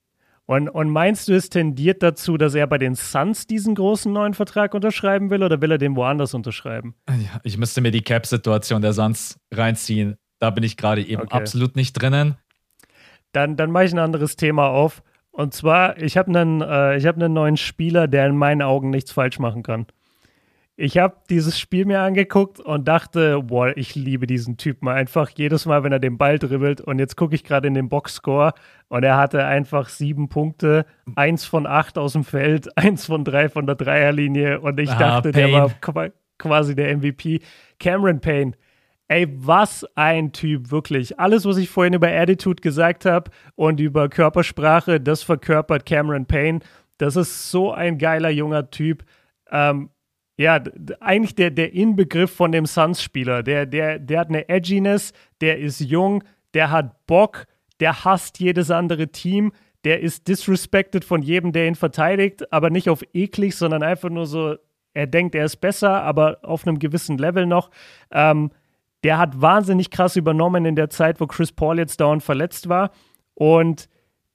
Und meinst du, es tendiert dazu, dass er bei den Suns diesen großen neuen Vertrag unterschreiben will oder will er den woanders unterschreiben? Ja, ich müsste mir die Cap-Situation der Suns reinziehen. Da bin ich gerade eben absolut nicht drinnen. Dann mache ich ein anderes Thema auf. Und zwar, ich habe einen neuen Spieler, der in meinen Augen nichts falsch machen kann. Ich habe dieses Spiel mir angeguckt und dachte, boah, ich liebe diesen Typen einfach jedes Mal, wenn er den Ball dribbelt. Und jetzt gucke ich gerade in den Boxscore und er hatte einfach 7 Punkte, 1 von 8 aus dem Feld, 1 von 3 von der Dreierlinie. Und ich dachte, der war quasi der MVP. Cameron Payne. Ey, was ein Typ, wirklich. Alles, was ich vorhin über Attitude gesagt habe und über Körpersprache, das verkörpert Cameron Payne. Das ist so ein geiler junger Typ. Ja, eigentlich der Inbegriff von dem Suns-Spieler. Der hat eine Edginess, der ist jung, der hat Bock, der hasst jedes andere Team, der ist disrespected von jedem, der ihn verteidigt, aber nicht auf eklig, sondern einfach nur so, er denkt, er ist besser, aber auf einem gewissen Level noch. Der hat wahnsinnig krass übernommen in der Zeit, wo Chris Paul jetzt dauernd verletzt war. Und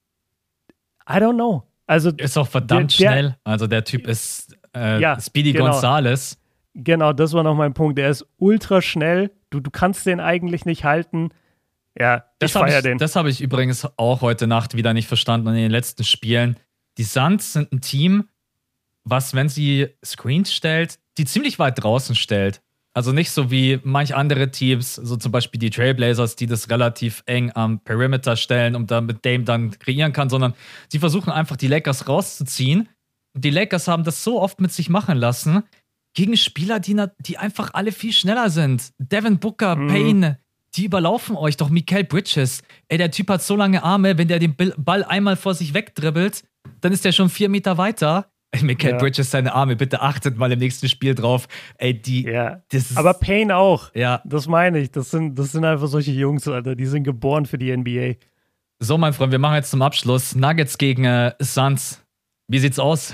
I don't know. Also, ist auch verdammt schnell. Also der Typ ist Speedy genau. Gonzales. Genau, das war noch mein Punkt. Er ist ultra schnell. Du kannst den eigentlich nicht halten. Ja, ich feiere den. Das habe ich übrigens auch heute Nacht wieder nicht verstanden in den letzten Spielen. Die Suns sind ein Team, was, wenn sie Screens stellt, die ziemlich weit draußen stellt. Also nicht so wie manch andere Teams, so zum Beispiel die Trailblazers, die das relativ eng am Perimeter stellen und damit Dame dann kreieren kann, sondern sie versuchen einfach die Lakers rauszuziehen. Und die Lakers haben das so oft mit sich machen lassen, gegen Spieler, die einfach alle viel schneller sind. Devin Booker, Payne, die überlaufen euch doch. Mikal Bridges, ey, der Typ hat so lange Arme, wenn der den Ball einmal vor sich wegdribbelt, dann ist der schon 4 Meter weiter. Ey, Mikal Bridges, seine Arme, bitte achtet mal im nächsten Spiel drauf. Ey, das ist, aber Payne auch. Ja. Das meine ich. Das sind einfach solche Jungs, Alter. Die sind geboren für die NBA. So, mein Freund, wir machen jetzt zum Abschluss Nuggets gegen Suns. Wie sieht's aus?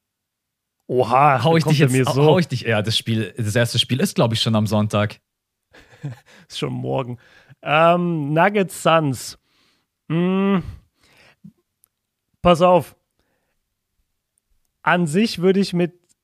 Oha, hau ich dich. Ja, das erste Spiel ist, glaube ich, schon am Sonntag. Ist schon morgen. Nuggets Suns. Pass auf. An sich würde ich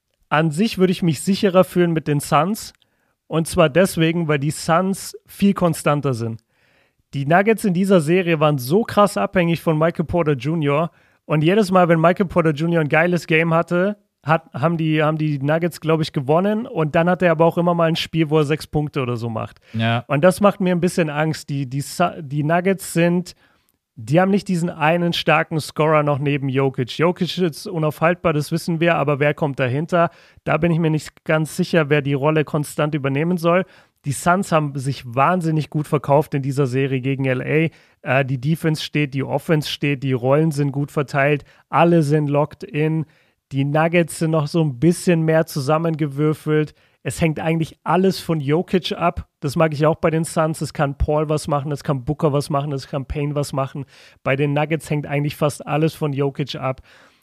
mich sicherer fühlen mit den Suns. Und zwar deswegen, weil die Suns viel konstanter sind. Die Nuggets in dieser Serie waren so krass abhängig von Michael Porter Jr. Und jedes Mal, wenn Michael Porter Jr. ein geiles Game hatte, haben die Nuggets, glaube ich, gewonnen. Und dann hat er aber auch immer mal ein Spiel, wo er 6 Punkte oder so macht. Ja. Und das macht mir ein bisschen Angst. Die Nuggets die haben nicht diesen einen starken Scorer noch neben Jokic. Jokic ist unaufhaltbar, das wissen wir, aber wer kommt dahinter? Da bin ich mir nicht ganz sicher, wer die Rolle konstant übernehmen soll. Die Suns haben sich wahnsinnig gut verkauft in dieser Serie gegen LA. Die Defense steht, die Offense steht, die Rollen sind gut verteilt, alle sind locked in. Die Nuggets sind noch so ein bisschen mehr zusammengewürfelt. Es hängt eigentlich alles von Jokic ab. Das mag ich auch bei den Suns. Es kann Paul was machen, es kann Booker was machen, es kann Payne was machen. Bei den Nuggets hängt eigentlich fast alles von Jokic ab.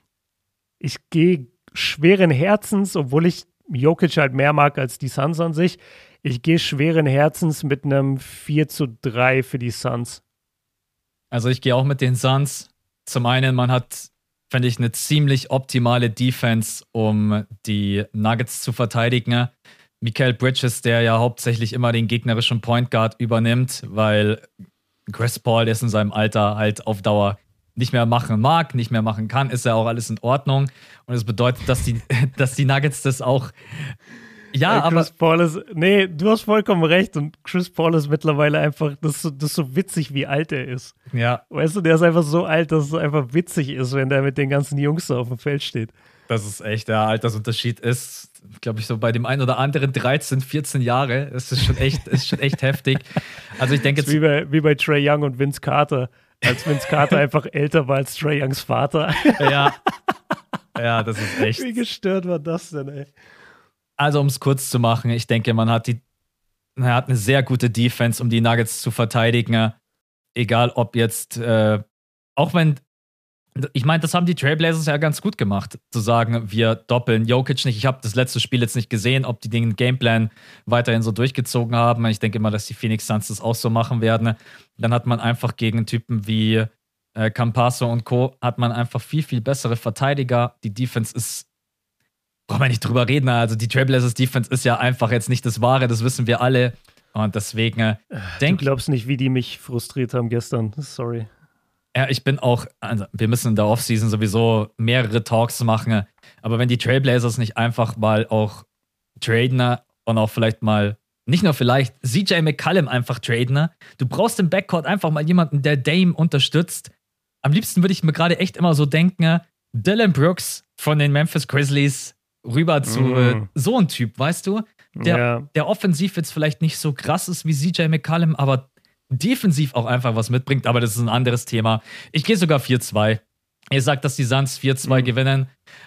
Ich gehe schweren Herzens, obwohl ich Jokic halt mehr mag als die Suns an sich. Ich gehe schweren Herzens mit einem 4:3 für die Suns. Also ich gehe auch mit den Suns. Zum einen, man hat, finde ich, eine ziemlich optimale Defense, um die Nuggets zu verteidigen. Mikal Bridges, der ja hauptsächlich immer den gegnerischen Point Guard übernimmt, weil Chris Paul, der es in seinem Alter halt auf Dauer nicht mehr machen mag, nicht mehr machen kann, ist ja auch alles in Ordnung. Und das bedeutet, dass die Nuggets das auch. Ja, aber. Du hast vollkommen recht. Und Chris Paul ist mittlerweile einfach, das ist so witzig, wie alt er ist. Ja. Weißt du, der ist einfach so alt, dass es einfach witzig ist, wenn der mit den ganzen Jungs da auf dem Feld steht. Das ist echt, der Altersunterschied ist, glaube ich, so bei dem einen oder anderen 13, 14 Jahre. Das ist schon echt heftig. Also ich denke jetzt. Wie bei Trae Young und Vince Carter. Als Vince Carter einfach älter war als Trae Youngs Vater. Ja. Ja, das ist echt. Wie gestört war das denn, ey? Also, um es kurz zu machen, ich denke, man hat eine sehr gute Defense, um die Nuggets zu verteidigen. Egal, ob jetzt, auch wenn, ich meine, das haben die Trailblazers ja ganz gut gemacht, zu sagen, wir doppeln Jokic nicht. Ich habe das letzte Spiel jetzt nicht gesehen, ob die den Gameplan weiterhin so durchgezogen haben. Ich denke immer, dass die Phoenix Suns das auch so machen werden. Dann hat man einfach gegen Typen wie Campasso und Co. hat man einfach viel, viel bessere Verteidiger. Die Defense ist, braucht man nicht drüber reden, also die Trailblazers Defense ist ja einfach jetzt nicht das Wahre, das wissen wir alle. Und deswegen Du glaubst nicht, wie die mich frustriert haben gestern. Sorry. Ja, ich bin auch, also wir müssen in der Offseason sowieso mehrere Talks machen, aber wenn die Trailblazers nicht einfach mal auch traden und auch vielleicht mal, nicht nur vielleicht, CJ McCollum einfach traden, du brauchst im Backcourt einfach mal jemanden, der Dame unterstützt. Am liebsten würde ich mir gerade echt immer so denken, Dillon Brooks von den Memphis Grizzlies rüber zu so ein Typ, weißt du? Der offensiv jetzt vielleicht nicht so krass ist wie CJ McCollum, aber defensiv auch einfach was mitbringt, aber das ist ein anderes Thema. Ich gehe sogar 4-2. Ihr sagt, dass die Suns 4-2 gewinnen.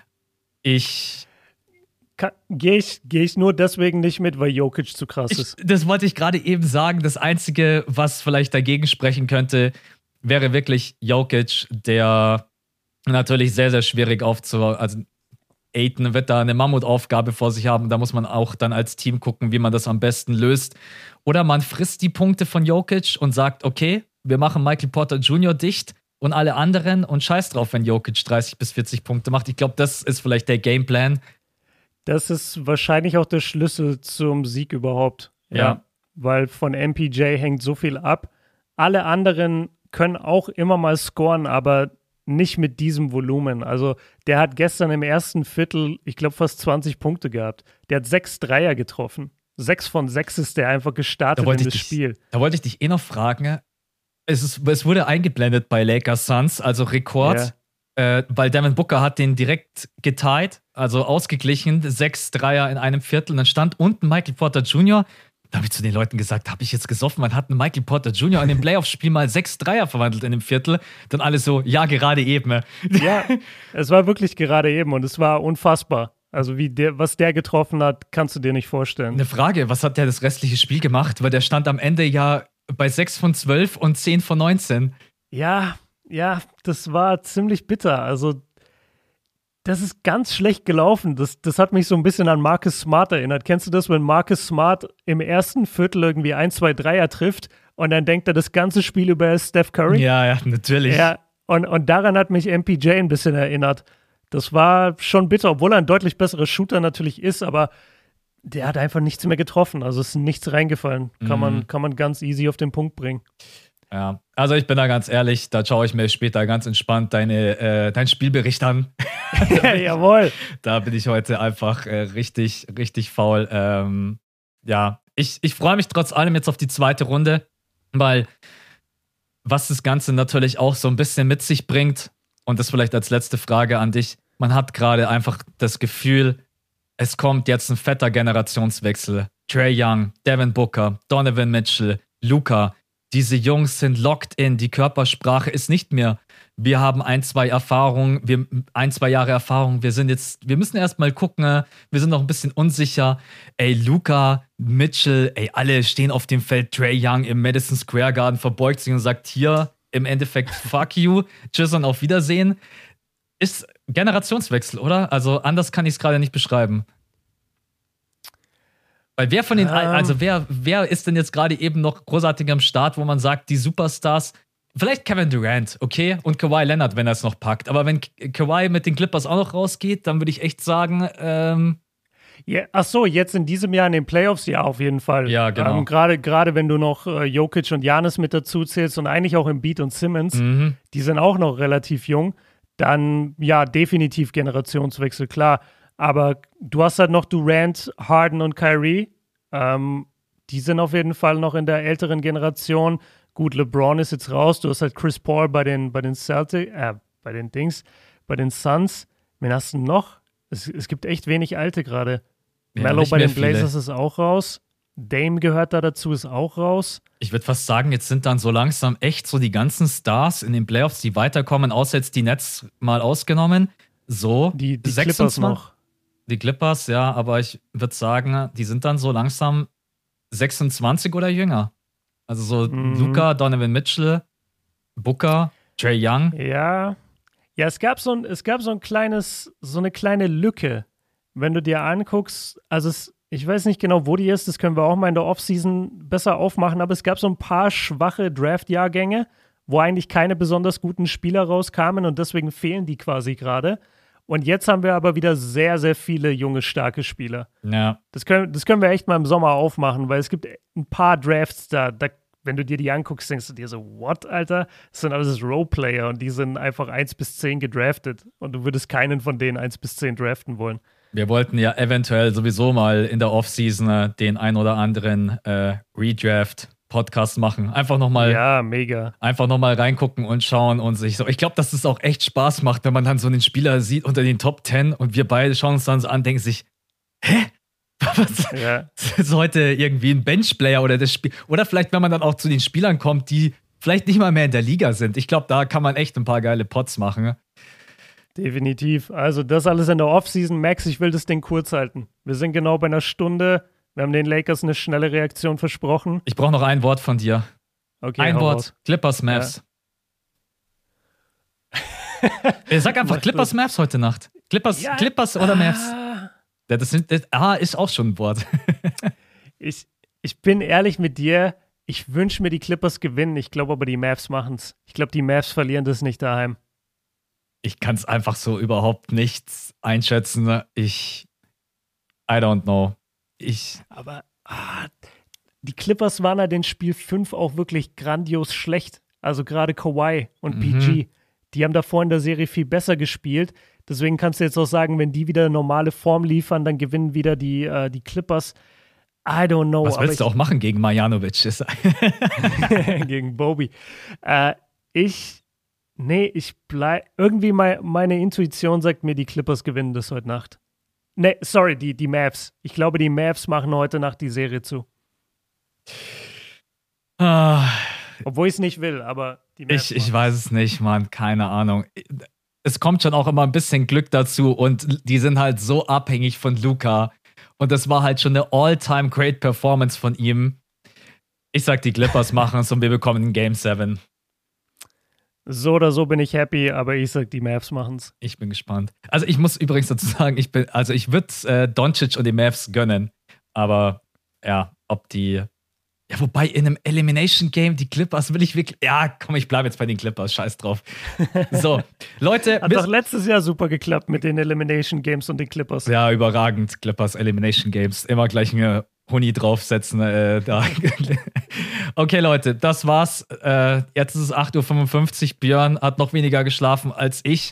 Gehe ich nur deswegen nicht mit, weil Jokic zu krass ist. Das wollte ich gerade eben sagen. Das Einzige, was vielleicht dagegen sprechen könnte, wäre wirklich Jokic, der natürlich sehr, sehr schwierig also Ayton wird da eine Mammutaufgabe vor sich haben. Da muss man auch dann als Team gucken, wie man das am besten löst. Oder man frisst die Punkte von Jokic und sagt, okay, wir machen Michael Porter Jr. dicht und alle anderen und scheiß drauf, wenn Jokic 30 bis 40 Punkte macht. Ich glaube, das ist vielleicht der Gameplan. Das ist wahrscheinlich auch der Schlüssel zum Sieg überhaupt. Ja. Weil von MPJ hängt so viel ab. Alle anderen können auch immer mal scoren, aber nicht mit diesem Volumen. Also der hat gestern im ersten Viertel, ich glaube, fast 20 Punkte gehabt. Der hat 6 Dreier getroffen. 6 von 6 ist der einfach gestartet in das Spiel. Da wollte ich dich noch fragen. Es wurde eingeblendet bei Lakers Suns, also Rekord, weil Devin Booker hat den direkt getied, also ausgeglichen, 6 Dreier in einem Viertel. Und dann stand unten Michael Porter Jr., da habe ich zu den Leuten gesagt, habe ich jetzt gesoffen, man hat einen Michael Porter Jr. in dem Playoff-Spiel mal 6 Dreier verwandelt in dem Viertel. Dann alle so, ja, gerade eben. Ja, es war wirklich gerade eben und es war unfassbar. Also was der getroffen hat, kannst du dir nicht vorstellen. Eine Frage, was hat der das restliche Spiel gemacht? Weil der stand am Ende ja bei 6 von 12 und 10 von 19. Ja, das war ziemlich bitter. Also das ist ganz schlecht gelaufen. Das hat mich so ein bisschen an Marcus Smart erinnert. Kennst du das, wenn Marcus Smart im ersten Viertel irgendwie 1, 2 Dreier trifft und dann denkt er das ganze Spiel über Steph Curry? Ja, natürlich. Ja, und daran hat mich MPJ ein bisschen erinnert. Das war schon bitter, obwohl er ein deutlich besserer Shooter natürlich ist, aber der hat einfach nichts mehr getroffen. Also es ist nichts reingefallen. Kann man ganz easy auf den Punkt bringen. Ja, also ich bin da ganz ehrlich, da schaue ich mir später ganz entspannt dein Spielbericht an. Jawohl. Da bin ich heute einfach richtig, richtig faul. Ja, ich freue mich trotz allem jetzt auf die zweite Runde, weil was das Ganze natürlich auch so ein bisschen mit sich bringt, und das vielleicht als letzte Frage an dich, man hat gerade einfach das Gefühl, es kommt jetzt ein fetter Generationswechsel. Trae Young, Devin Booker, Donovan Mitchell, Luka, diese Jungs sind locked in, die Körpersprache ist nicht mehr, wir haben 1, 2 Jahre Erfahrung, wir müssen erst mal gucken, wir sind noch ein bisschen unsicher. Ey, Luka, Mitchell, alle stehen auf dem Feld, Trae Young im Madison Square Garden verbeugt sich und sagt hier im Endeffekt fuck you, tschüss und auf Wiedersehen. Ist Generationswechsel, oder? Also anders kann ich es gerade nicht beschreiben. Weil wer von den, also wer ist denn jetzt gerade eben noch großartig am Start, wo man sagt, die Superstars, vielleicht Kevin Durant, okay, und Kawhi Leonard, wenn er es noch packt. Aber wenn Kawhi mit den Clippers auch noch rausgeht, dann würde ich echt sagen, ach so, jetzt in diesem Jahr in den Playoffs, ja, auf jeden Fall. Ja, genau. Gerade wenn du noch Jokic und Giannis mit dazu zählst und eigentlich auch Embiid und Simmons, die sind auch noch relativ jung, dann ja, definitiv Generationswechsel, klar. Aber du hast halt noch Durant, Harden und Kyrie. Die sind auf jeden Fall noch in der älteren Generation. Gut, LeBron ist jetzt raus. Du hast halt Chris Paul bei den Celtics, bei den Suns. Wen hast du noch? Es gibt echt wenig Alte gerade. Ja, Melo bei den Blazers viele. ist auch raus. Dame gehört da dazu, ist auch raus. Ich würde fast sagen, jetzt sind dann so langsam echt so die ganzen Stars in den Playoffs, die weiterkommen, außer jetzt die Nets mal ausgenommen. So, Die Clippers noch. Die Clippers, ja, aber ich würde sagen, die sind dann so langsam 26 oder jünger. Also so Luka, Donovan Mitchell, Booker, Trae Young. Ja, es gab so eine kleine Lücke, wenn du dir anguckst, also ich weiß nicht genau, wo die ist, das können wir auch mal in der Offseason besser aufmachen, aber es gab so ein paar schwache Draft-Jahrgänge, wo eigentlich keine besonders guten Spieler rauskamen und deswegen fehlen die quasi gerade. Und jetzt haben wir aber wieder sehr, sehr viele junge, starke Spieler. Ja. Das können wir echt mal im Sommer aufmachen, weil es gibt ein paar Drafts da, wenn du dir die anguckst, denkst du dir so, what, Alter? Das sind alles Roleplayer und die sind einfach 1 bis 10 gedraftet und du würdest keinen von denen 1 bis 10 draften wollen. Wir wollten ja eventuell sowieso mal in der Offseason den ein oder anderen Redraft-Podcast machen. Einfach nochmal reingucken und schauen und sich so. Ich glaube, dass es auch echt Spaß macht, wenn man dann so einen Spieler sieht unter den Top 10 und wir beide schauen uns dann so an, denken sich, hä? Was ist heute irgendwie ein Benchplayer oder das Spiel? Oder vielleicht, wenn man dann auch zu den Spielern kommt, die vielleicht nicht mal mehr in der Liga sind. Ich glaube, da kann man echt ein paar geile Pots machen. Definitiv. Also das alles in der Offseason. Max, ich will das Ding kurz halten. Wir sind genau bei einer Stunde. Wir haben den Lakers eine schnelle Reaktion versprochen. Ich brauche noch ein Wort von dir. Okay, ein Wort. Raus. Clippers, Mavs. Ja. Sag einfach Clippers, Mavs heute Nacht. Clippers oder Mavs? Das ist auch schon ein Wort. Ich bin ehrlich mit dir. Ich wünsche mir, die Clippers gewinnen. Ich glaube aber, die Mavs machen es. Ich glaube, die Mavs verlieren das nicht daheim. Ich kann es einfach so überhaupt nicht einschätzen. I don't know. Aber die Clippers waren ja in Spiel 5 auch wirklich grandios schlecht. Also gerade Kawhi und PG. Die haben davor in der Serie viel besser gespielt. Deswegen kannst du jetzt auch sagen, wenn die wieder normale Form liefern, dann gewinnen wieder die Clippers. I don't know. Was willst du auch machen gegen Marjanovic? Gegen Bobby. Irgendwie meine Intuition sagt mir, die Clippers gewinnen das heute Nacht. Nee, sorry, die Mavs. Ich glaube, die Mavs machen heute Nacht die Serie zu. Obwohl ich es nicht will, aber die Mavs ich weiß es nicht, Mann. Keine Ahnung. Es kommt schon auch immer ein bisschen Glück dazu und die sind halt so abhängig von Luka. Und das war halt schon eine all-time great Performance von ihm. Ich sag, die Clippers machen es und wir bekommen ein Game 7. So oder so bin ich happy, aber ich sag, die Mavs machen's. Ich bin gespannt. Also ich muss übrigens dazu sagen, ich würde Doncic und die Mavs gönnen. Aber ja, wobei in einem Elimination Game die Clippers will ich wirklich. Ja, komm, ich bleibe jetzt bei den Clippers, scheiß drauf. So, Leute. Hat doch letztes Jahr super geklappt mit den Elimination Games und den Clippers. Ja, überragend, Clippers Elimination Games. Immer gleich eine Huni draufsetzen. Da. Okay, Leute, das war's. Jetzt ist es 8:55 Uhr. Björn hat noch weniger geschlafen als ich.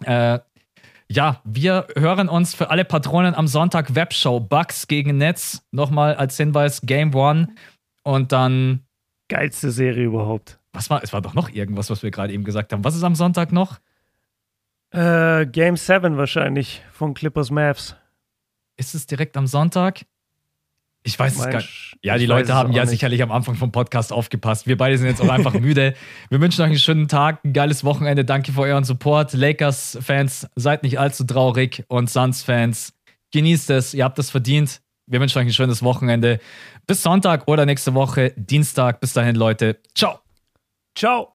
Wir hören uns für alle Patronen am Sonntag Webshow Bucks gegen Nets. Nochmal als Hinweis, Game 1. Und dann. Geilste Serie überhaupt. Es war doch noch irgendwas, was wir gerade eben gesagt haben. Was ist am Sonntag noch? Game 7 wahrscheinlich von Clippers Mavs. Ist es direkt am Sonntag? Ich weiß es gar nicht. Ja, die Leute haben ja sicherlich am Anfang vom Podcast aufgepasst. Wir beide sind jetzt auch einfach müde. Wir wünschen euch einen schönen Tag, ein geiles Wochenende. Danke für euren Support. Lakers-Fans, seid nicht allzu traurig. Und Suns-Fans, genießt es. Ihr habt es verdient. Wir wünschen euch ein schönes Wochenende. Bis Sonntag oder nächste Woche, Dienstag. Bis dahin, Leute. Ciao. Ciao.